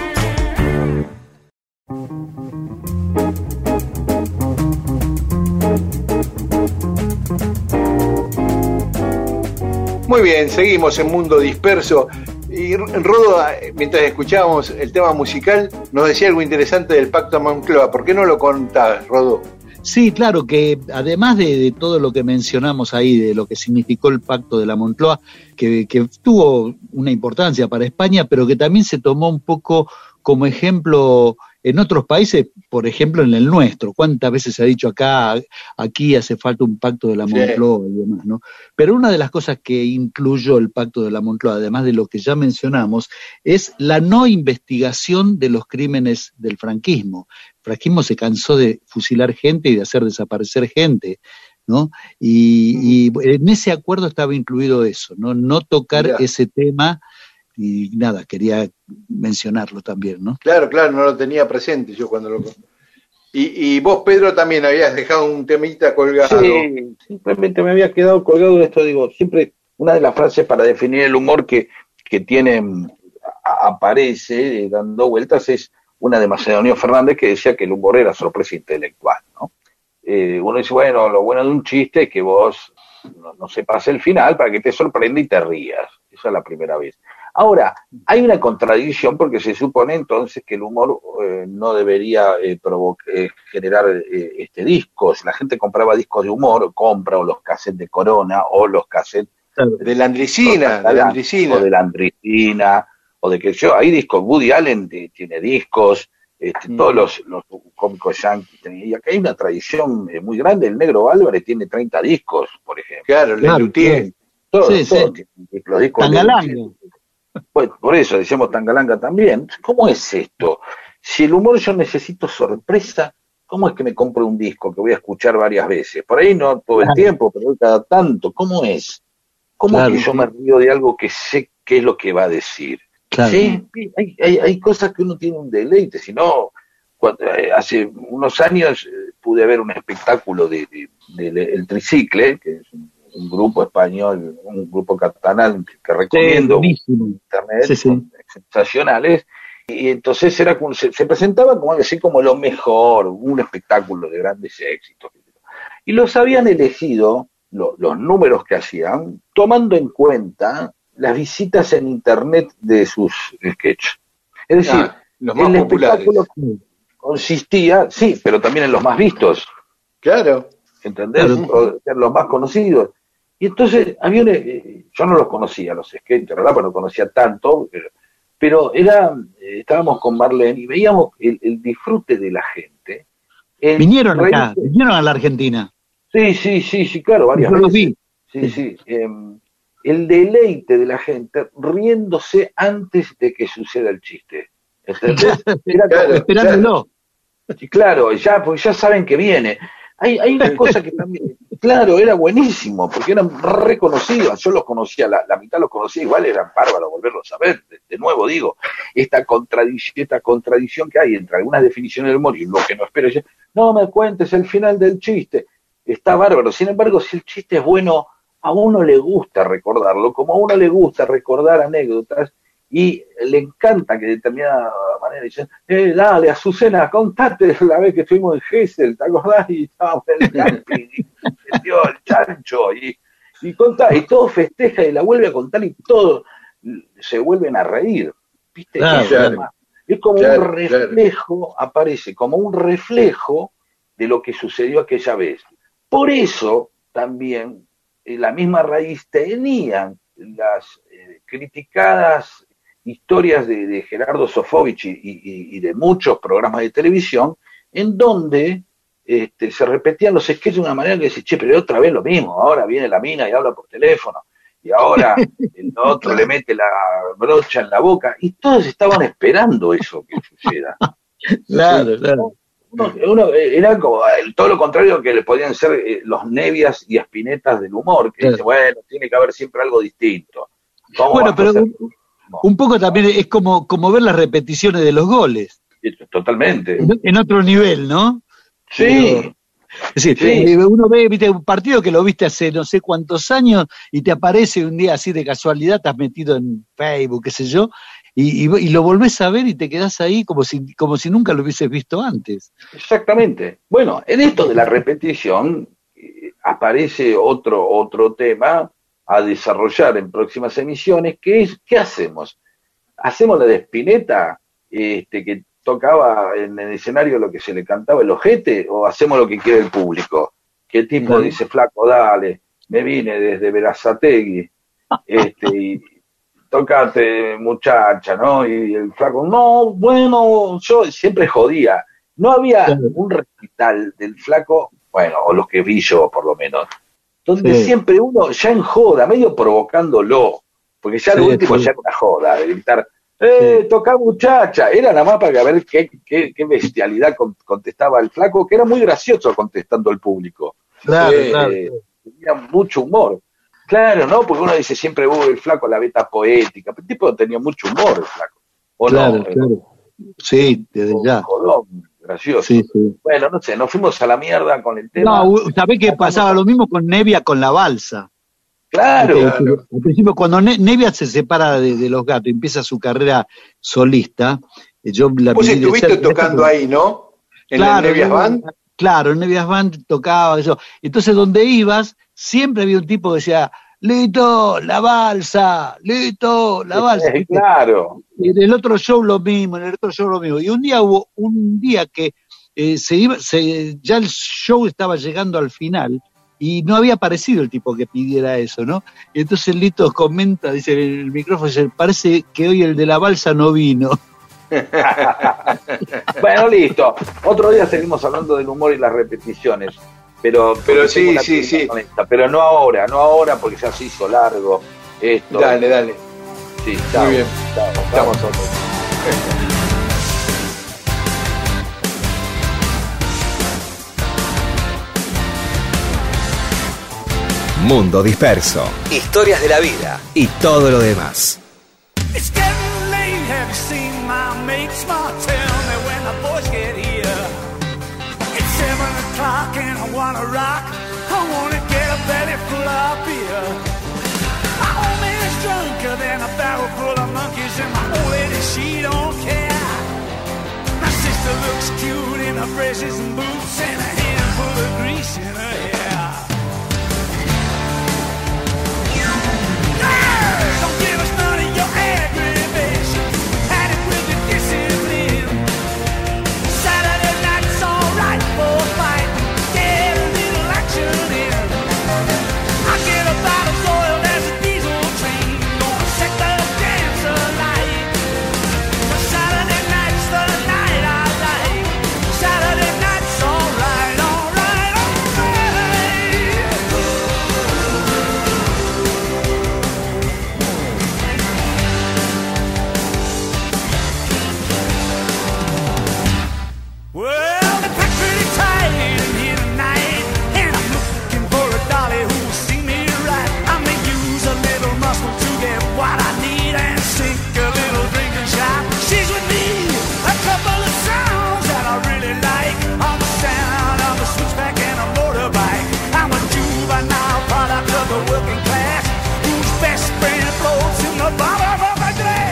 B: Muy bien, seguimos en Mundo Disperso. Y Rodo, mientras escuchábamos el tema musical, nos decía algo interesante del Pacto de Moncloa. ¿Por qué no lo contás, Rodo?
C: Sí, claro, que además de todo lo que mencionamos ahí, de lo que significó el Pacto de la Moncloa, que tuvo una importancia para España, pero que también se tomó un poco como ejemplo en otros países, por ejemplo en el nuestro. ¿Cuántas veces se ha dicho aquí hace falta un Pacto de la Moncloa y demás, ¿no? Pero una de las cosas que incluyó el Pacto de la Moncloa, además de lo que ya mencionamos, es la no investigación de los crímenes del franquismo. El franquismo se cansó de fusilar gente y de hacer desaparecer gente, ¿no? Y en ese acuerdo estaba incluido eso, no tocar ese tema. Y nada, quería mencionarlo también, ¿no?
B: Claro, no lo tenía presente yo cuando lo... Y vos, Pedro, también habías dejado un temita colgado.
D: Sí, simplemente me había quedado colgado de esto. Digo, siempre una de las frases para definir el humor que aparece dando vueltas es una de Macedonio Fernández, que decía que el humor era sorpresa intelectual, ¿no? Uno dice, bueno, lo bueno de un chiste es que vos no sepas el final para que te sorprenda y te rías. Esa es la primera vez. Ahora, hay una contradicción porque se supone entonces que el humor no debería generar discos. La gente compraba discos de humor, o los cassettes de Corona, o los cassettes
B: de la Andricina,
D: o de la Andricina, o de que yo, hay discos, Woody Allen tiene discos, todos los cómicos yanquis tenían, y acá hay una tradición muy grande. El Negro Álvarez tiene 30 discos, por ejemplo.
B: Claro, Lelutier.
D: Todos los discos de pues, por eso decíamos Tangalanga también. ¿Cómo es esto? Si el humor yo necesito sorpresa, ¿cómo es que me compro un disco que voy a escuchar varias veces? Por ahí no todo el tiempo, pero cada tanto. ¿Cómo es? ¿Cómo es que yo me río de algo que sé qué es lo que va a decir?
C: Claro.
D: Sí, hay cosas que uno tiene un deleite. Si no, hace unos años pude ver un espectáculo de El Tricicle, que es un grupo español, un grupo catalán que recomiendo en internet, sensacionales, y entonces era se presentaba como así como lo mejor, un espectáculo de grandes éxitos, y los habían elegido los números que hacían tomando en cuenta las visitas en internet de sus sketches, es decir,
B: los más
D: el
B: populares.
D: espectáculo consistía, sí, pero también en los más vistos,
B: claro,
D: ¿entendés? Los más conocidos. Y entonces, yo no los conocía, los sketches, ¿verdad? Pero no conocía tanto, pero estábamos con Marlene y veíamos el disfrute de la gente.
C: Vinieron acá, vinieron a la Argentina.
D: Sí, claro, varias
C: veces.
D: Los vi. Sí. El deleite de la gente riéndose antes de que suceda el chiste.
C: Esperándolo.
D: Claro, porque ya saben que viene. Hay una cosa que también, claro, era buenísimo, porque eran reconocidos. Yo los conocía, la mitad los conocía, igual eran bárbaros volverlos a ver. De nuevo digo, esta contradicción que hay entre algunas definiciones del humor y lo que no espero. No me cuentes el final del chiste. Está bárbaro. Sin embargo, si el chiste es bueno, a uno le gusta recordarlo, como a uno le gusta recordar anécdotas, y le encanta que de determinada manera dicen, dale, Azucena, contate la vez que estuvimos en Gesell, ¿te acordás? Y estábamos en el camping, y se dio el chancho, y contá, y todo festeja, y la vuelve a contar, y todos se vuelven a reír, ¿viste?
B: Claro.
D: Es como un reflejo, aparece como un reflejo de lo que sucedió aquella vez. Por eso, también, la misma raíz tenían las criticadas historias de Gerardo Sofovich y de muchos programas de televisión, en donde se repetían los sketches de una manera que dice, pero otra vez lo mismo, ahora viene la mina y habla por teléfono, y ahora el otro le mete la brocha en la boca, y todos estaban esperando eso que suceda.
C: Claro.
D: Uno era como todo lo contrario que le podían ser los Nevias y Spinetas del humor, que dice, bueno, tiene que haber siempre algo distinto.
C: Bueno, pero un poco también es como ver las repeticiones de los goles.
D: Totalmente.
C: En otro nivel, ¿no?
D: Sí.
C: Es decir, uno ve, viste, un partido que lo viste hace no sé cuántos años y te aparece un día así de casualidad, te has metido en Facebook, qué sé yo, y lo volvés a ver y te quedás ahí como si nunca lo hubieses visto antes.
D: Exactamente. Bueno, en esto de la repetición aparece otro tema a desarrollar en próximas emisiones, que es, ¿qué hacemos? ¿Hacemos la de Spinetta, que tocaba en el escenario lo que se le cantaba el ojete, o hacemos lo que quiere el público? ¿Qué tipo dice, flaco, dale, me vine desde Berazategui, y tocate, muchacha, ¿no? Y el flaco, no, bueno, yo siempre jodía. No había un recital del flaco, bueno, o los que vi yo, por lo menos, donde siempre uno, ya en joda, medio provocándolo, porque ya lo último ya era una joda, de gritar, toca muchacha, era nada más para ver qué bestialidad contestaba el flaco, que era muy gracioso contestando al público.
C: Claro.
D: Tenía mucho humor. Claro, ¿no? Porque uno dice siempre, el flaco, la beta poética, pero el tipo tenía mucho humor, el flaco. ¿O
C: claro,
D: no?
C: Claro. Sí, desde ya.
D: Jodón, gracioso.
C: Sí.
D: Bueno, no sé, nos fuimos a la mierda con el tema.
C: No, ¿sabés que pasaba lo mismo con Nevia con la balsa?
D: Claro.
C: Al principio, cuando Nevia se separa de los Gatos y empieza su carrera solista, yo la
B: Vos estuviste tocando ahí, ¿no? En la Nevias Band.
C: Claro, en Nevias Band tocaba eso. Entonces, donde ibas, siempre había un tipo que decía, Lito, la balsa, Lito, la balsa.
D: Claro.
C: Y en el otro show lo mismo, Y un día hubo que ya el show estaba llegando al final y no había aparecido el tipo que pidiera eso, ¿no? Y entonces Lito comenta, dice en el micrófono, dice, parece que hoy el de la balsa no vino.
D: Bueno, listo. Otro día seguimos hablando del humor y las repeticiones. Pero
B: sí.
D: Pero no ahora porque ya se hizo largo esto.
B: Dale.
D: Sí, chao.
B: Muy bien.
D: Estamos otros.
A: Mundo Disperso. Historias de la vida y todo lo demás.
G: It's getting late, have you seen my mates? Tell me when the boys get here. It's 7 o'clock and I wanna rock. I wanna get a belly full of beer. My old man's drunker than a barrel full of monkeys, and my old lady, she don't care. My sister looks cute in her braces and boots and a handful of grease in her hair. Don't give us none of your aggravation. Had it with the discipline. Saturday night's alright for a fight. Get a little action in. I get about as oiled as a diesel train. Gonna set the dance alight.
E: ¡Nos vamos, Boca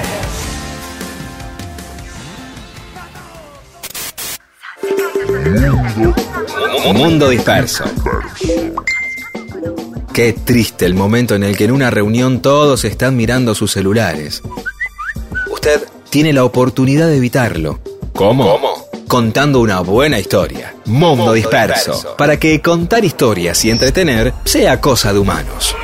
E: 3!
A: Mundo disperso. Qué triste el momento en el que en una reunión todos están mirando sus celulares. Usted tiene la oportunidad de evitarlo. ¿Cómo? Contando una buena historia. Mundo disperso. Para que contar historias y entretener sea cosa de humanos.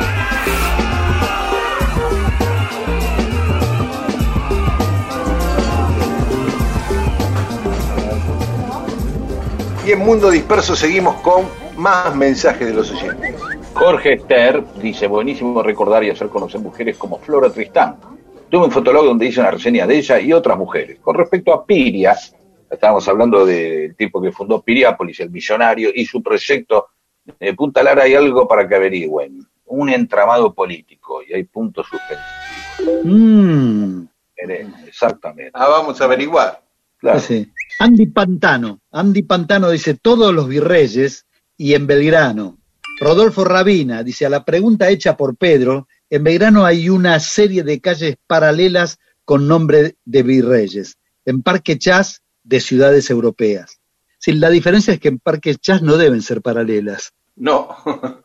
B: Y en Mundo Disperso seguimos con más mensajes de los oyentes.
D: Jorge Ester dice: buenísimo recordar y hacer conocer mujeres como Flora Tristán. Tuve un fotólogo donde hice una reseña de ella y otras mujeres. Con respecto a Piria, estábamos hablando del tipo que fundó Piriápolis, el millonario, y su proyecto de Punta Lara. Hay algo para que averigüen. Un entramado político, y hay puntos suspensivos. Exactamente.
B: Vamos a averiguar.
D: Claro.
C: Sí. Andy Pantano dice: todos los virreyes y en Belgrano. Rodolfo Rabina dice: a la pregunta hecha por Pedro, en Belgrano hay una serie de calles paralelas con nombre de virreyes. En Parque Chas, de ciudades europeas. Sí, la diferencia es que en Parque Chas no deben ser paralelas.
B: No,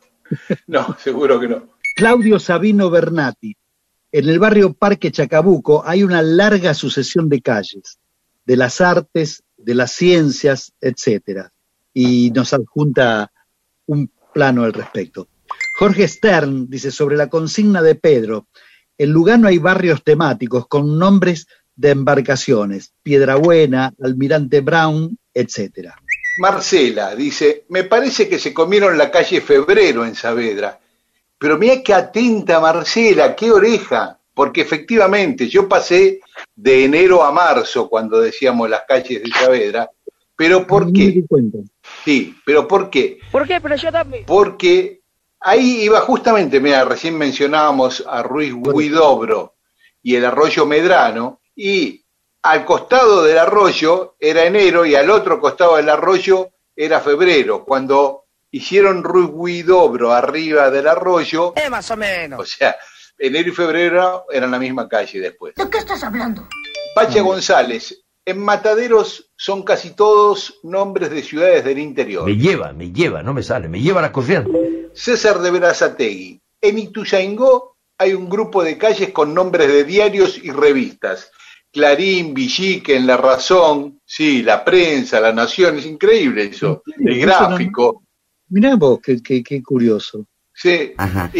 B: no, seguro que no.
C: Claudio Sabino Bernati: en el barrio Parque Chacabuco hay una larga sucesión de calles, de las artes, de las ciencias, etcétera. Y nos adjunta un plano al respecto. Jorge Stern dice: sobre la consigna de Pedro, en Lugano hay barrios temáticos con nombres de embarcaciones, Piedrabuena, Almirante Brown, etcétera.
B: Marcela dice: me parece que se comieron la calle Febrero en Saavedra. Pero mira qué atenta Marcela, qué oreja, porque efectivamente yo pasé de enero a marzo cuando decíamos las calles de Saavedra. ¿Pero por qué? Sí, pero ¿por qué?
E: ¿Por qué? Pero yo también.
B: Porque ahí iba justamente, mira, recién mencionábamos a Ruiz Huidobro y el arroyo Medrano, y al costado del arroyo era enero y al otro costado del arroyo era febrero. Cuando hicieron Ruiz Huidobro arriba del arroyo,
E: Más o menos.
B: o sea, enero y febrero eran la misma calle después.
J: ¿De qué estás hablando?
B: Pacha González: en Mataderos son casi todos nombres de ciudades del interior.
K: Me lleva, no me sale, me lleva la corriente.
B: César de Berazategui: en Ituzaingó hay un grupo de calles con nombres de diarios y revistas. Clarín, Villique, La Razón, sí, La Prensa, La Nación, es increíble eso, el gráfico.
C: Mirá vos, qué curioso.
B: Sí,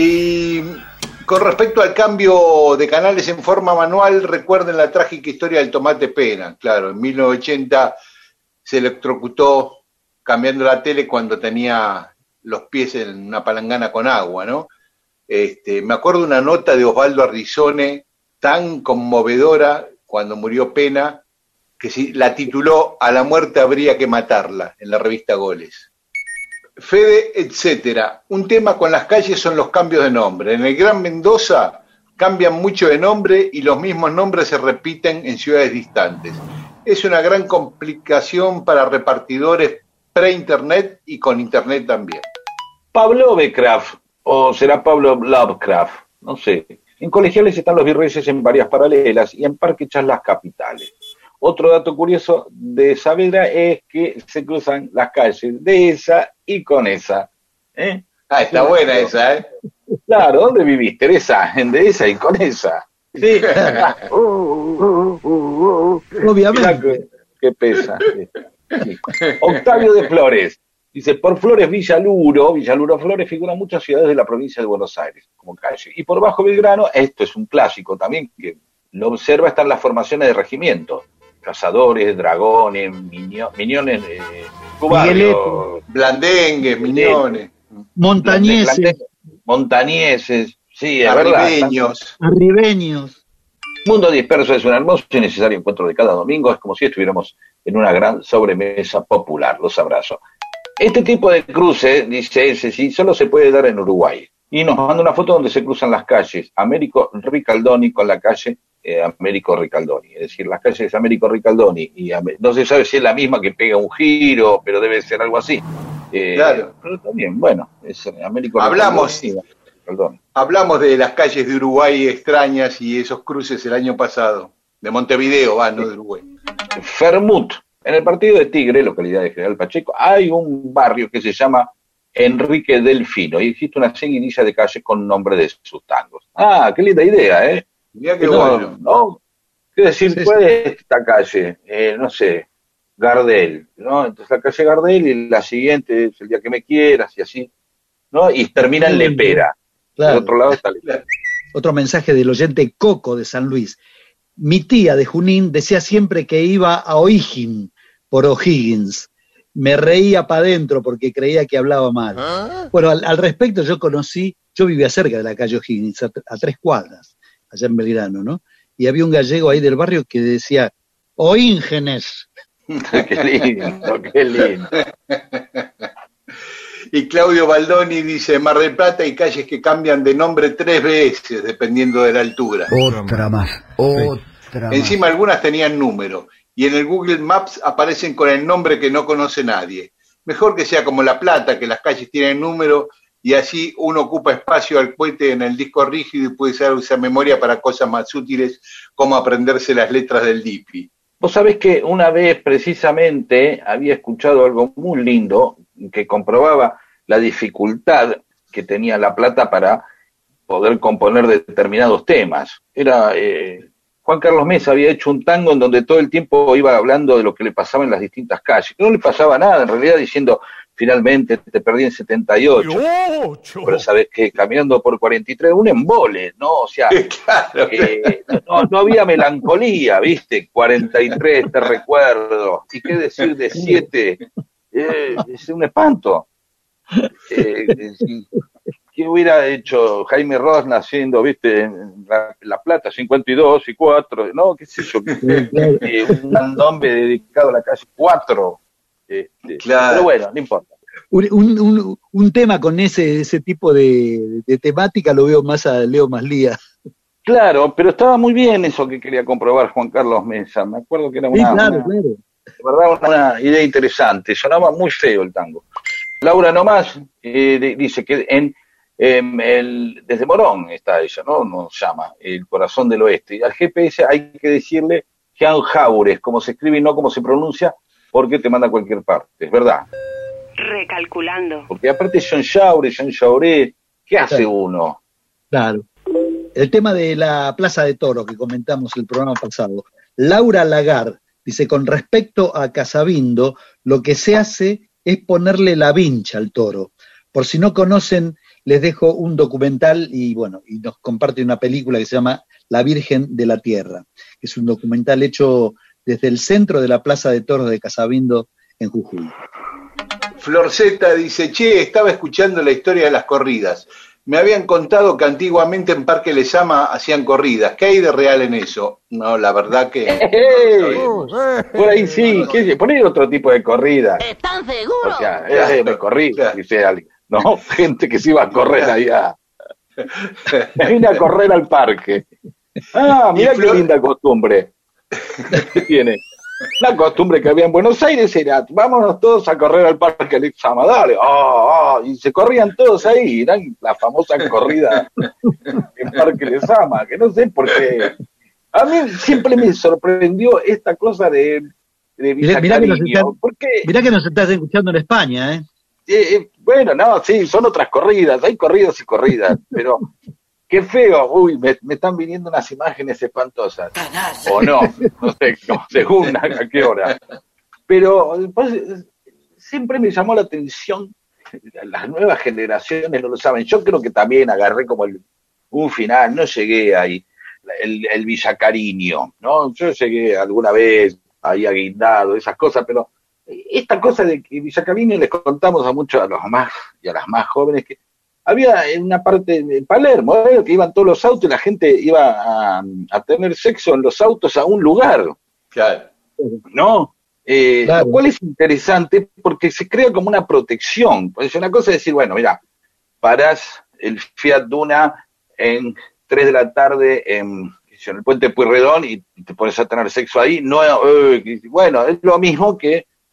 B: y con respecto al cambio de canales en forma manual, recuerden la trágica historia del Tomate Pena. Claro, en 1980 se electrocutó cambiando la tele cuando tenía los pies en una palangana con agua, ¿no? Me acuerdo de una nota de Osvaldo Ardizone tan conmovedora cuando murió Pena, que la tituló "A la muerte habría que matarla", en la revista Goles. Fede, etcétera. Un tema con las calles son los cambios de nombre. En el Gran Mendoza cambian mucho de nombre y los mismos nombres se repiten en ciudades distantes. Es una gran complicación para repartidores pre-internet y con internet también.
D: Pablo Becraft, o será Pablo Lovecraft, no sé. En Colegiales están los virreyes en varias paralelas y en Parque Chas las capitales. Otro dato curioso de Saavedra es que se cruzan las calles de esa y con esa.
B: Está buena esa, ¿eh?
D: Claro, ¿dónde vivís, Teresa? En de esa y con esa. Sí.
C: Obviamente.
D: Qué pesa. Sí. Octavio de Flores dice: por Flores Villaluro Flores, figuran muchas ciudades de la provincia de Buenos Aires como calle. Y por Bajo Belgrano, esto es un clásico también, que lo observa, están las formaciones de regimientos. Cazadores, dragones, miñones,
C: Migueleto,
B: blandengues, miñones,
C: montañeses,
D: sí, es
B: arribeños.
C: Arribeños.
D: Mundo Disperso es un hermoso y necesario encuentro de cada domingo. Es como si estuviéramos en una gran sobremesa popular. Los abrazo. Este tipo de cruce, dice ese, sí, solo se puede dar en Uruguay. Y nos manda una foto donde se cruzan las calles Américo Ricaldoni con la calle Américo Ricaldoni. Es decir, las calles Américo Ricaldoni y no se sabe si es la misma que pega un giro, pero debe ser algo así.
B: Claro.
D: Pero también, bueno, es Américo
B: Hablamos,
D: Ricaldoni. perdón.
B: Hablamos de las calles de Uruguay extrañas y esos cruces el año pasado. De Montevideo, no de Uruguay.
D: Fermut, en el partido de Tigre, localidad de General Pacheco, hay un barrio que se llama Enrique Delfino y existe una seguidilla de calles con nombre de sus tangos. Ah, qué linda idea, ¿eh?
B: Mirá qué bueno.
D: ¿No? ¿Qué decir,
B: Sí,
D: cuál es esta calle? No sé, Gardel, ¿no? Entonces la calle Gardel y la siguiente es El día que me quieras y así, ¿no? Y termina en Lepera.
C: Claro.
D: Del otro lado está Lepera.
C: Otro mensaje del oyente Coco de San Luis. Mi tía de Junín decía siempre que iba a O'Higgins por O'Higgins. Me reía para adentro porque creía que hablaba mal. Bueno, al respecto yo vivía cerca de la calle O'Higgins, a 3 cuadras, allá en Belgrano, ¿no? Y había un gallego ahí del barrio que decía, O'Íngenes.
D: Qué lindo, qué lindo.
B: Y Claudio Baldoni dice, Mar del Plata hay calles que cambian de nombre 3 veces, dependiendo de la altura.
K: Otra más.
B: Encima algunas tenían número, y en el Google Maps aparecen con el nombre que no conoce nadie. Mejor que sea como La Plata, que las calles tienen número, y así uno ocupa espacio al cohete en el disco rígido y puede usar esa memoria para cosas más útiles, como aprenderse las letras del DIPI.
D: Vos sabés que una vez precisamente había escuchado algo muy lindo que comprobaba la dificultad que tenía La Plata para poder componer determinados temas. Era Juan Carlos Mesa había hecho un tango en donde todo el tiempo iba hablando de lo que le pasaba en las distintas calles. No le pasaba nada, en realidad diciendo, finalmente te perdí en 78. Pero sabés que caminando por 43, un embole, ¿no? O sea,
B: claro.
D: No había melancolía, ¿viste? 43, te recuerdo. ¿Y qué decir de 7? Es un espanto. ¿Qué hubiera hecho Jaime Ross naciendo, viste, en La Plata, 52 y 4? No, qué sé yo. Un nombre dedicado a la calle 4.
B: Claro.
D: Pero bueno, no importa.
C: Un tema con ese tipo de temática lo veo más a Leo Maslía.
D: Claro, pero estaba muy bien eso que quería comprobar Juan Carlos Mesa. Me acuerdo que era
C: claro.
D: De verdad una idea interesante. Sonaba muy feo el tango. Laura Nomás dice que desde Morón está ella, ¿no? Nos llama El Corazón del Oeste. Y al GPS hay que decirle Jean Jaures, como se escribe y no como se pronuncia, porque te manda a cualquier parte, es verdad.
J: Recalculando.
D: Porque aparte Jean Jaurés, ¿qué hace uno?
C: Claro. El tema de la Plaza de Toros que comentamos el programa pasado. Laura Lagar dice, con respecto a Casabindo, lo que se hace es ponerle la vincha al toro. Por si no conocen, les dejo un documental y nos comparte una película que se llama La Virgen de la Tierra. Es un documental hecho desde el centro de la Plaza de Toros de Casabindo en Jujuy.
B: Florceta dice, estaba escuchando la historia de las corridas. Me habían contado que antiguamente en Parque Lezama hacían corridas. ¿Qué hay de real en eso? No, la verdad que...
D: Por ahí sí, poner otro tipo de corrida.
J: ¿Están seguros?
D: O sea, me corrí, dice alguien. No, gente que se iba a correr allá. Me vine a correr al parque. Ah, mirá qué linda costumbre. ¿Qué tiene? La costumbre que había en Buenos Aires era, vámonos todos a correr al Parque Lezama, dale, y se corrían todos ahí, eran la famosa corrida en Parque Lezama, que no sé por qué. A mí siempre me sorprendió esta cosa de Villa Cariño.
C: Mirá que nos estás escuchando en España, ¿eh?
D: Bueno, no, sí, son otras corridas, hay corridas y corridas, pero qué feo, me están viniendo unas imágenes espantosas. O no sé, según a qué hora. Pero pues, siempre me llamó la atención, las nuevas generaciones no lo saben, yo creo que también agarré como un final, no llegué ahí, el Villa Cariño, ¿no? Yo llegué alguna vez ahí a Guindado, esas cosas, pero esta cosa de que Villa Cariño les contamos a muchos, a los más y a las más jóvenes, que había en una parte de Palermo, que iban todos los autos y la gente iba a tener sexo en los autos a un lugar.
B: Claro.
D: ¿No?
C: Claro.
D: Lo cual es interesante porque se crea como una protección. Pues una cosa es decir, bueno, mira, parás el Fiat Duna en 3 de la tarde en el puente Pueyrredón y te pones a tener sexo ahí. No, bueno, es lo mismo que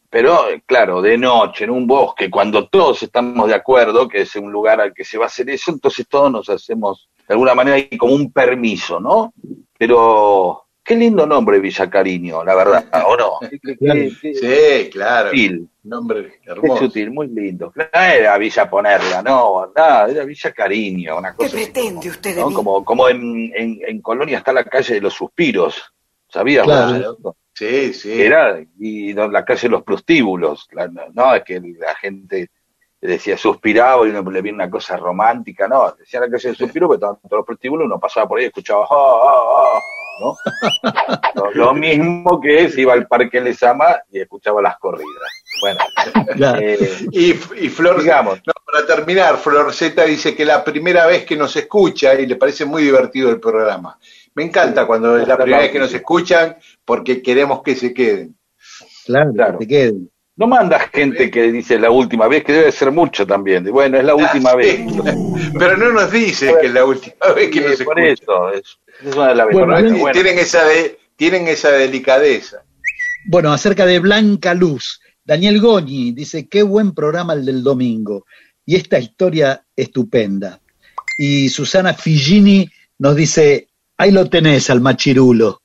D: Pero, claro, de noche, en un bosque, cuando todos estamos de acuerdo que es un lugar al que se va a hacer eso, entonces todos nos hacemos, de alguna manera, hay como un permiso, ¿no? Pero, qué lindo nombre Villa Cariño, la verdad, ¿o no?
B: Sí, claro.
D: Sutil.
B: Nombre
D: Qué
B: hermoso.
D: sutil, muy lindo. No era Villa Ponerla, no, nada, era Villa Cariño, una cosa.
L: ¿Qué pretende usted de
D: ¿no?
L: mí?
D: Como en Colonia está la calle de los Suspiros, ¿sabías?
C: Claro.
D: ¿No?
B: Sí, sí.
D: Era, y la calle de los prostíbulos, no, es que la gente decía suspiraba y uno le viene una cosa romántica, no, decía la calle de suspiros, porque estaban todos los prostíbulos, uno pasaba por ahí y escuchaba, ¿no? Lo mismo que se iba al Parque Lezama y escuchaba las corridas. Bueno,
C: Claro.
B: Y Flor,
D: digamos.
B: no, para terminar, Flor Z dice que la primera vez que nos escucha y le parece muy divertido el programa. Me encanta cuando es la primera vez que nos escuchan porque queremos que se queden.
C: Claro,
D: Claro.
C: que te queden.
D: No manda gente que dice la última vez, que debe ser mucho también. Bueno, es la última vez.
B: Pero no nos dice que es la última vez que nos
D: por
B: escucha.
D: eso, es una de las
C: Bueno,
D: ventajas.
B: Bueno, tienen esa delicadeza.
C: Bueno, acerca de Blanca Luz, Daniel Goñi dice, qué buen programa el del domingo, y esta historia estupenda. Y Susana Figini nos dice, ahí lo tenés al machirulo.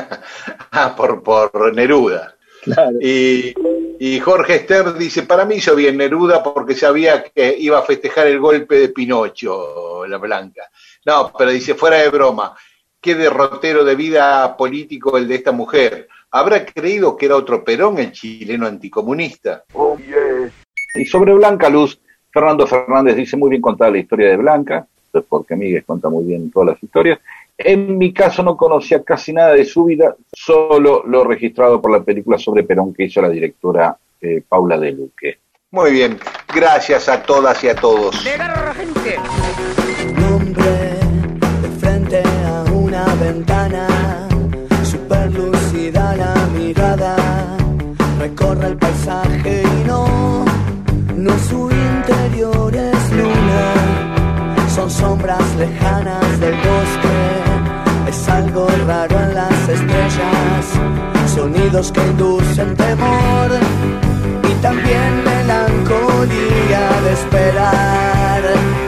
B: por Neruda.
C: Claro.
B: Y Jorge Ester dice, para mí hizo bien Neruda porque sabía que iba a festejar el golpe de Pinocho, la Blanca. No, pero dice, fuera de broma, qué derrotero de vida político el de esta mujer. ¿Habrá creído que era otro Perón, el chileno anticomunista?
D: Oh, yes. Y sobre Blanca Luz, Fernando Fernández dice muy bien contada la historia de Blanca, porque Miguel cuenta muy bien todas las historias. En mi caso no conocía casi nada de su vida, solo lo registrado por la película sobre Perón que hizo la directora Paula de Luque.
B: Muy bien, gracias a todas y a todos.
E: ¡De garra, gente!
G: Un hombre de frente a una ventana, super lúcida la mirada, recorre el paisaje y no su interior es luna, son sombras lejanas del bosque, es algo raro en las estrellas, sonidos que inducen temor y también melancolía de esperar,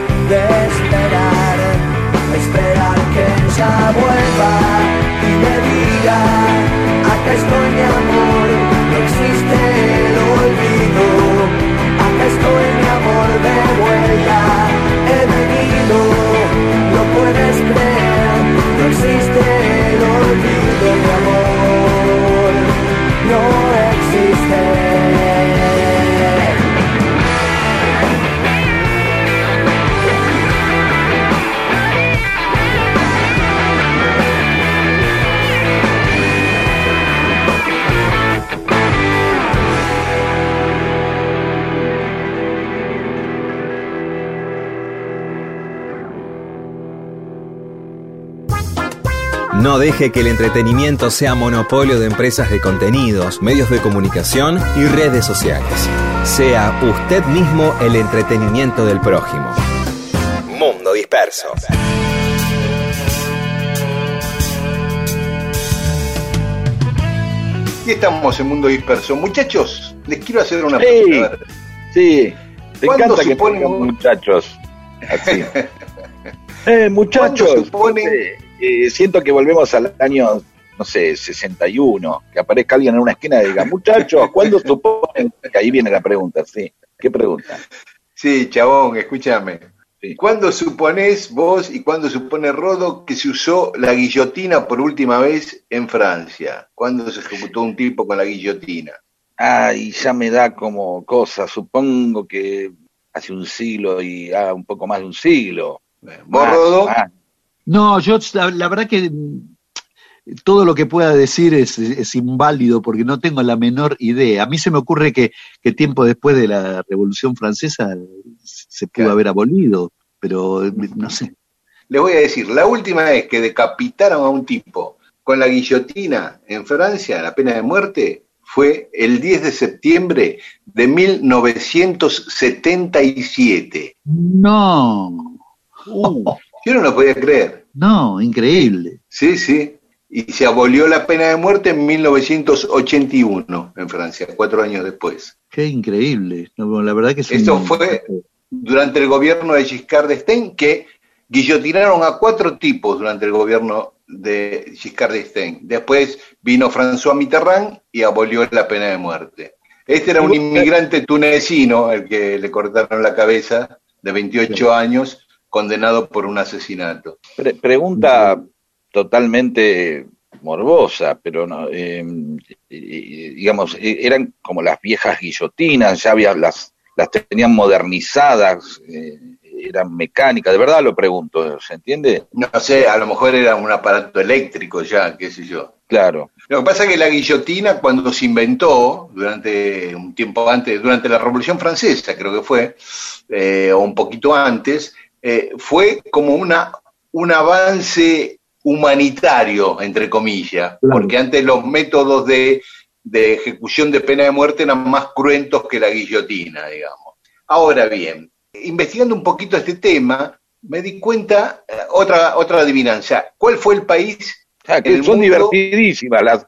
G: que ella vuelva y me diga, acá estoy mi amor, no existe el olvido, acá estoy mi amor de vuelta, he venido, no puedes creer, no existe el olvido, mi amor, no existe.
A: No deje que el entretenimiento sea monopolio de empresas de contenidos, medios de comunicación y redes sociales. Sea usted mismo el entretenimiento del prójimo. Mundo Disperso.
B: Y estamos en Mundo Disperso. Muchachos, les quiero hacer una
D: Sí,
B: pregunta.
D: sí, te
B: ¿Cuándo
D: encanta que
B: suponen-
D: tengan muchachos así. Muchachos,
B: ¿Cuándo suponen-
D: siento que volvemos al año, no sé, 61, que aparezca alguien en una esquina y diga, muchachos, ¿cuándo suponen? Que ahí viene la pregunta, sí. ¿Qué pregunta?
B: Sí, chabón, escúchame.
D: Sí.
B: ¿Cuándo suponés vos y cuándo supone Rodo que se usó la guillotina por última vez en Francia? ¿Cuándo se ejecutó un tipo con la guillotina?
D: Ay, ya me da como cosa, supongo que hace un siglo y un poco más de un siglo.
B: ¿Vos, Rodo?
C: No, yo la verdad que todo lo que pueda decir es inválido porque no tengo la menor idea. A mí se me ocurre que tiempo después de la Revolución Francesa se pudo haber abolido, pero no sé.
B: Les voy a decir, la última vez que decapitaron a un tipo con la guillotina en Francia, la pena de muerte, fue el 10 de septiembre de 1977.
C: No.
B: Yo no lo podía creer.
C: No, increíble.
B: Sí, sí. y se abolió la pena de muerte en 1981 en Francia, 4 años después.
C: Qué increíble. No, la verdad que
B: Esto fue durante el gobierno de Giscard d'Estaing, que guillotinaron a 4 tipos durante el gobierno de Giscard d'Estaing. Después vino François Mitterrand y abolió la pena de muerte. Este era un inmigrante tunecino, el que le cortaron la cabeza, de 28 años, condenado por un asesinato.
D: Pregunta totalmente morbosa, pero no, digamos, eran como las viejas guillotinas, ya había las tenían modernizadas, eran mecánicas, de verdad lo pregunto, ¿se entiende?
B: No sé, a lo mejor era un aparato eléctrico ya, qué sé yo.
D: Claro.
B: Lo que pasa es que la guillotina, cuando se inventó, durante un tiempo antes, durante la Revolución Francesa, creo que fue, o un poquito antes, fue como un avance humanitario, entre comillas, claro, porque antes los métodos de ejecución de pena de muerte eran más cruentos que la guillotina, digamos. Ahora bien, investigando un poquito este tema, me di cuenta, otra adivinanza, ¿cuál fue el país?
D: Que son mundo... divertidísimas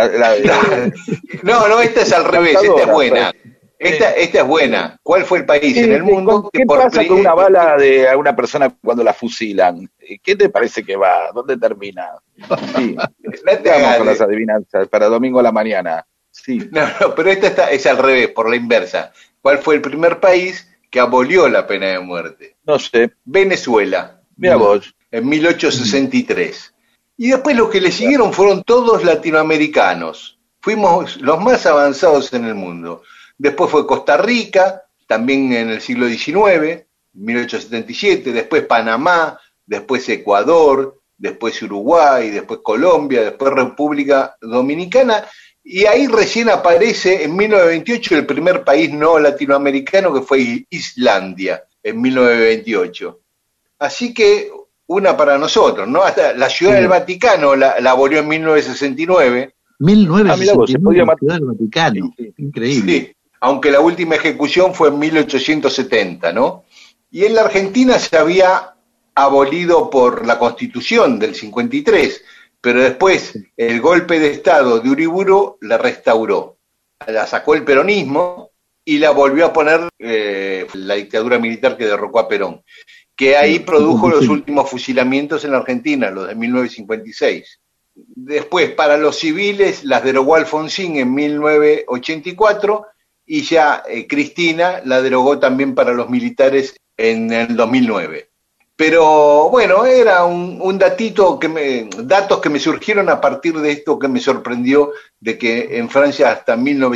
B: No, esta es al revés, esta es buena. Esta es buena. ¿Cuál fue el país en el mundo?
D: ¿Qué pasa con una bala de a una persona cuando la fusilan? ¿Qué te parece que va? ¿Dónde termina? Sí. Vamos con las adivinanzas para domingo a la mañana. Sí.
B: No, pero esta es al revés, por la inversa. ¿Cuál fue el primer país que abolió la pena de muerte?
D: No sé.
B: Venezuela.
D: Mira vos.
B: En 1863. Y después los que le siguieron fueron todos latinoamericanos. Fuimos los más avanzados en el mundo. Después fue Costa Rica, también en el siglo XIX, 1877, después Panamá, después Ecuador, después Uruguay, después Colombia, después República Dominicana, y ahí recién aparece en 1928 el primer país no latinoamericano, que fue Islandia, en 1928. Así que una para nosotros, ¿no? Hasta la Ciudad del Vaticano la abolió en 1969.
C: 1969, la Ciudad del Vaticano, sí. Increíble.
B: Sí, aunque la última ejecución fue en 1870, ¿no? Y en la Argentina se había abolido por la Constitución del 53, pero después el golpe de Estado de Uriburu la restauró. La sacó el peronismo y la volvió a poner la dictadura militar que derrocó a Perón, que ahí produjo los últimos fusilamientos en la Argentina, los de 1956. Después, para los civiles, las derogó Alfonsín en 1984, y ya Cristina la derogó también para los militares en el 2009. Pero bueno, era un datito datos que me surgieron a partir de esto que me sorprendió, de que en Francia hasta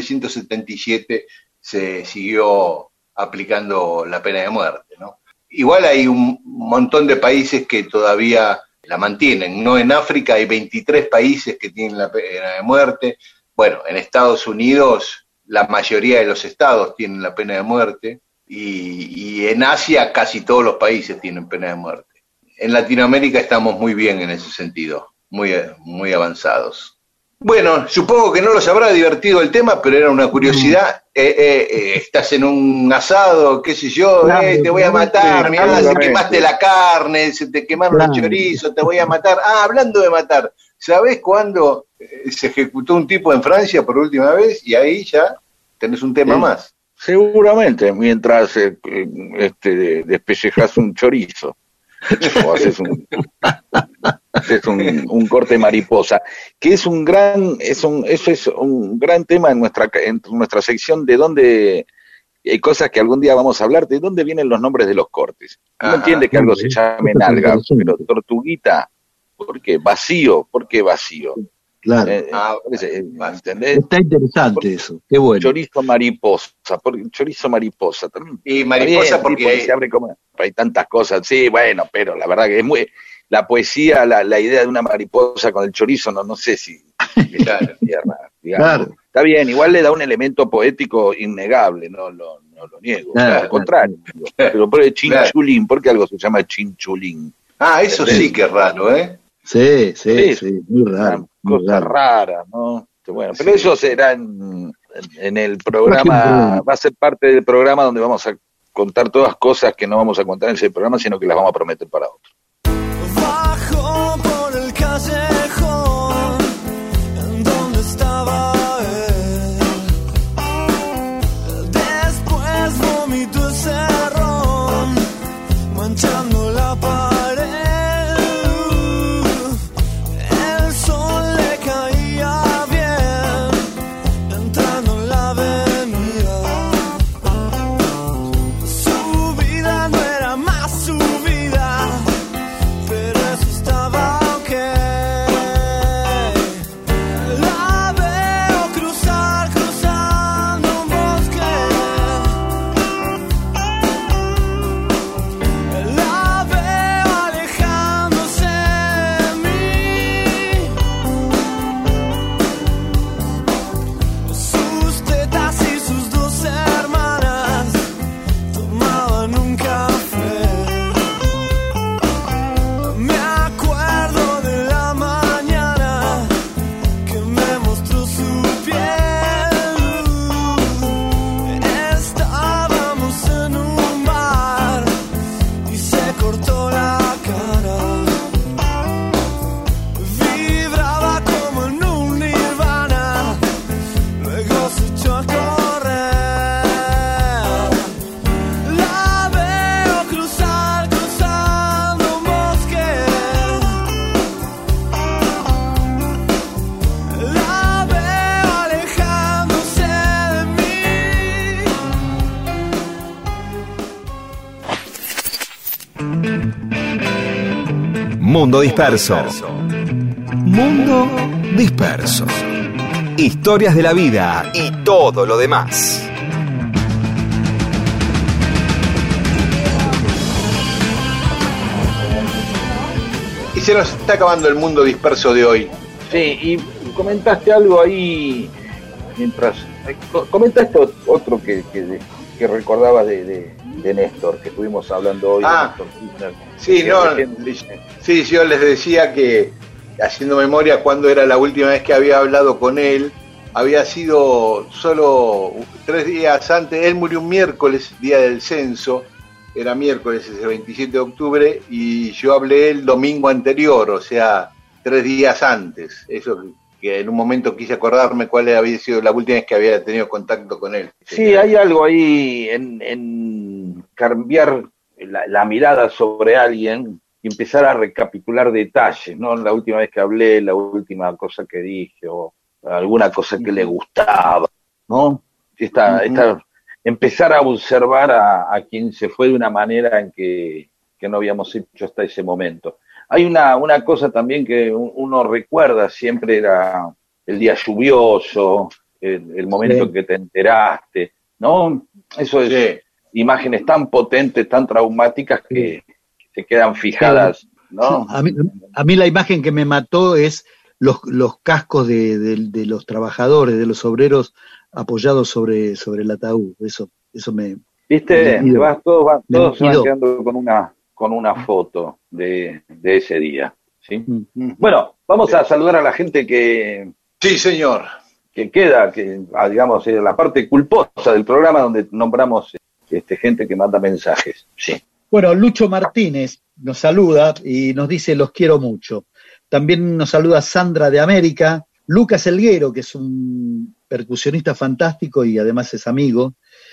B: 1977 se siguió aplicando la pena de muerte, ¿no? Igual hay un montón de países que todavía la mantienen, ¿no? En África hay 23 países que tienen la pena de muerte. Bueno, en Estados Unidos la mayoría de los estados tienen la pena de muerte, y en Asia casi todos los países tienen pena de muerte. En Latinoamérica estamos muy bien en ese sentido, muy, muy avanzados. Bueno, supongo que no los habrá divertido el tema, pero era una curiosidad. Estás en un asado, qué sé yo, claro, te voy a matar, mirá, se quemaste la carne, se te quemaron los chorizos, te voy a matar. Ah, hablando de matar, ¿sabés cuándo se ejecutó un tipo en Francia por última vez? Y ahí ya tenés un tema más.
D: Seguramente, mientras despellejas un chorizo o haces un corte mariposa, que es un gran tema en nuestra sección, de dónde hay cosas que algún día vamos a hablar, de dónde vienen los nombres de los cortes. Uno entiende que algo se llame nalga, pero tortuguita, ¿por qué? Vacío, ¿por qué vacío?
C: Claro.
D: ¿Entendés?
C: Está interesante eso, qué bueno.
D: Chorizo mariposa, chorizo mariposa también.
B: Y mariposa bien, porque
D: se abre como, hay tantas cosas, sí, bueno, pero la verdad que es muy, la poesía, la idea de una mariposa con el chorizo, no sé si
B: claro.
D: Tierra, claro. Está bien, igual le da un elemento poético innegable, no lo niego, claro, al contrario. Pero por el chinchulín, ¿por qué algo se llama chinchulín?
B: Ah, eso sí que es raro, ¿eh?
C: Sí, muy raro.
D: Cosas raras, ¿no? Bueno, pero eso será en el programa, va a ser parte del programa donde vamos a contar todas cosas que no vamos a contar en ese programa, sino que las vamos a prometer para otro.
G: Bajo por el callejón,
A: Mundo Disperso. Mundo Disperso. Historias de la vida y todo lo demás.
B: Y se nos está acabando el Mundo Disperso de hoy.
D: Sí, y comentaste algo ahí mientras... Comenta esto otro que recordaba de Néstor, que estuvimos hablando hoy.
B: Sí, sí, yo les decía que, haciendo memoria, cuando era la última vez que había hablado con él, había sido solo 3 días antes. Él murió un miércoles, día del censo, era miércoles, ese 27 de octubre, y yo hablé el domingo anterior, o sea, 3 días antes. Eso que en un momento quise acordarme cuál había sido la última vez que había tenido contacto con él.
D: Sí, hay algo ahí en cambiar la mirada sobre alguien y empezar a recapitular detalles, ¿no? La última vez que hablé, la última cosa que dije, o alguna cosa que le gustaba, ¿no? Empezar a observar a quien se fue de una manera en que no habíamos hecho hasta ese momento. Hay una cosa también que uno recuerda siempre, era el día lluvioso, el momento en que te enteraste, ¿no? Eso es imágenes tan potentes, tan traumáticas que se quedan fijadas, ¿no?
C: A mí la imagen que me mató es los cascos de los trabajadores, de los obreros apoyados sobre el ataúd. Eso me... ¿Viste?
D: Todos se van quedando con una foto de ese día, ¿sí? Bueno, vamos a saludar a la gente que...
B: Sí, señor.
D: Que queda, digamos, la parte culposa del programa donde nombramos gente que manda mensajes. Sí.
C: Bueno, Lucho Martínez nos saluda y nos dice: los quiero mucho. También nos saluda Sandra de América, Lucas Elguero, que es un percusionista fantástico y además es amigo,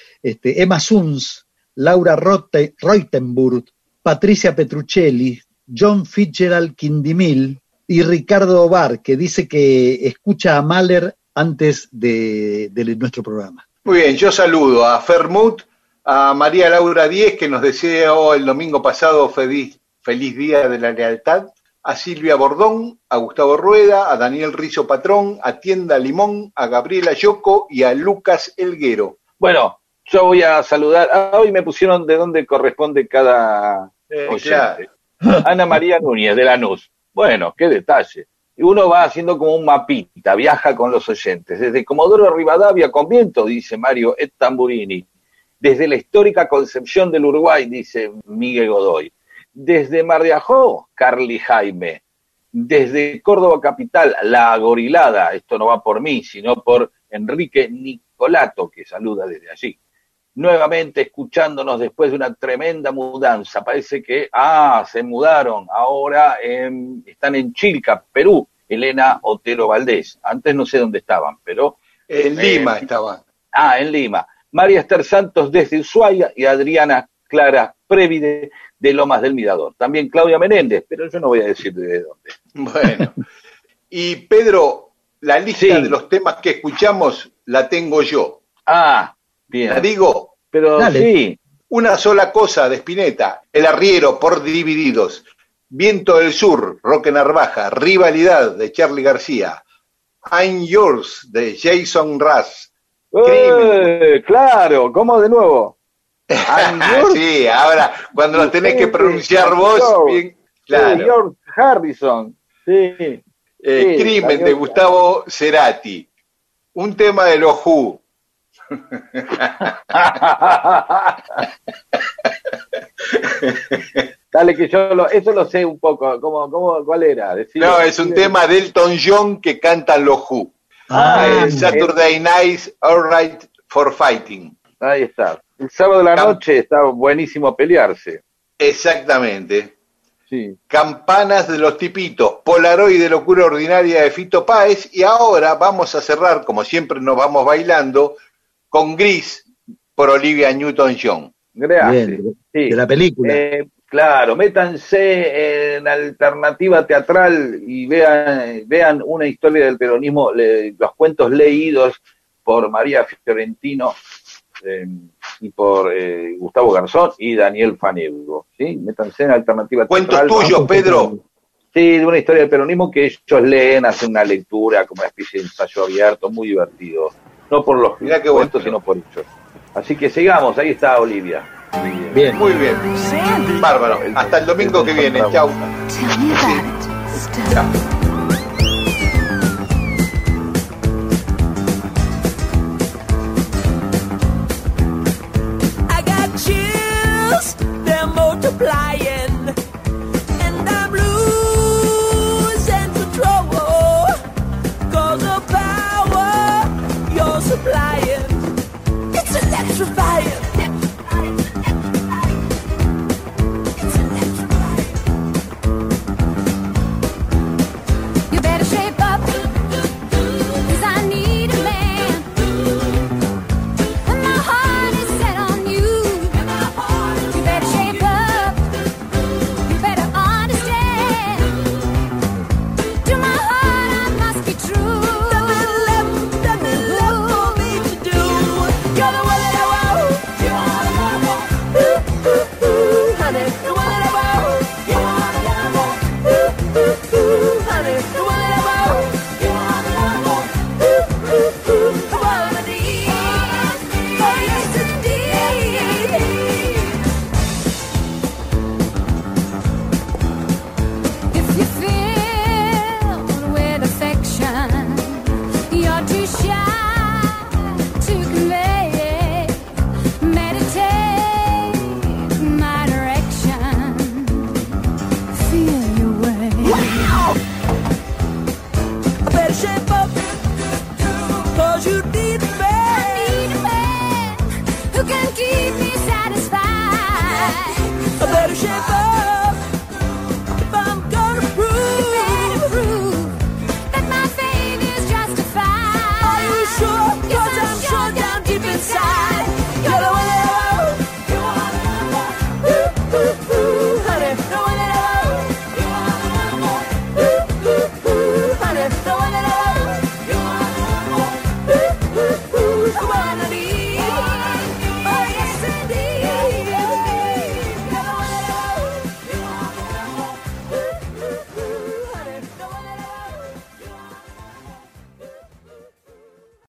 C: Emma Suns, Laura Reutenburg, Patricia Petruccelli, John Fitzgerald Quindimil y Ricardo Obar, que dice que escucha a Mahler antes de nuestro programa.
B: Muy bien, yo saludo a Fermut, a María Laura Díez, que nos deseó el domingo pasado feliz Día de la Lealtad, a Silvia Bordón, a Gustavo Rueda, a Daniel Rizo Patrón, a Tienda Limón, a Gabriela Yocco y a Lucas Elguero.
D: Bueno, yo voy a saludar. Hoy me pusieron de dónde corresponde cada oyente. Claro. Ana María Núñez, de Lanús. Bueno, qué detalle. Y uno va haciendo como un mapita, viaja con los oyentes. Desde Comodoro Rivadavia, Conviento, dice Mario Et Tamburini. Desde la histórica Concepción del Uruguay, dice Miguel Godoy. Desde Mar de Ajó, Carly Jaime. Desde Córdoba Capital, La Gorilada. Esto no va por mí, sino por Enrique Nicolato, que saluda desde allí. Nuevamente escuchándonos después de una tremenda mudanza. Parece que, se mudaron. Ahora están en Chilca, Perú. Elena Otero Valdés. Antes no sé dónde estaban, pero...
B: En Lima estaban.
D: En Lima. María Esther Santos desde Ushuaia y Adriana Clara Prévide de Lomas del Mirador. También Claudia Menéndez, pero yo no voy a decir de dónde.
B: Bueno. Y Pedro, la lista de los temas que escuchamos la tengo yo.
D: Bien.
B: ¿La digo?
D: Pero dale. Sí.
B: Una sola cosa de Spinetta, El Arriero por Divididos, Viento del Sur, Roque Narvaja, Rivalidad de Charly García, I'm Yours de Jason Mraz.
D: Claro, ¿cómo de nuevo?
B: Sí, ahora cuando lo tenés que pronunciar vos, bien, claro.
D: George Harrison. Sí.
B: Crimen de Gustavo Cerati, un tema de los Who.
D: Dale, que eso lo sé un poco. ¿Cuál era? Decilo.
B: No, es un tema de Elton John que cantan los Who. Saturday Night, All Right for Fighting.
D: Ahí está. El sábado de la noche está buenísimo pelearse.
B: Exactamente.
D: Sí.
B: Campanas de los Tipitos, Polaroid de Locura Ordinaria de Fito Páez, y ahora vamos a cerrar, como siempre nos vamos bailando, con Gris por Olivia Newton-John.
D: Gracias.
C: Bien,
D: sí.
C: De la película.
D: Claro, métanse en alternativa teatral y vean una historia del peronismo, los cuentos leídos por María Fiorentino y por Gustavo Garzón y Daniel Fanego, ¿sí? Métanse en alternativa
B: cuentos
D: teatral.
B: Cuentos tuyos, Pedro.
D: Sí, de una historia del peronismo que ellos leen, hacen una lectura, como una especie de ensayo abierto, muy divertido. No por los cuentos, sino por ellos. Así que sigamos, ahí está Olivia.
C: Bien.
B: Muy bien. Bárbaro. Hasta el domingo que viene. Chau.
G: Tell me about it.
B: Chao.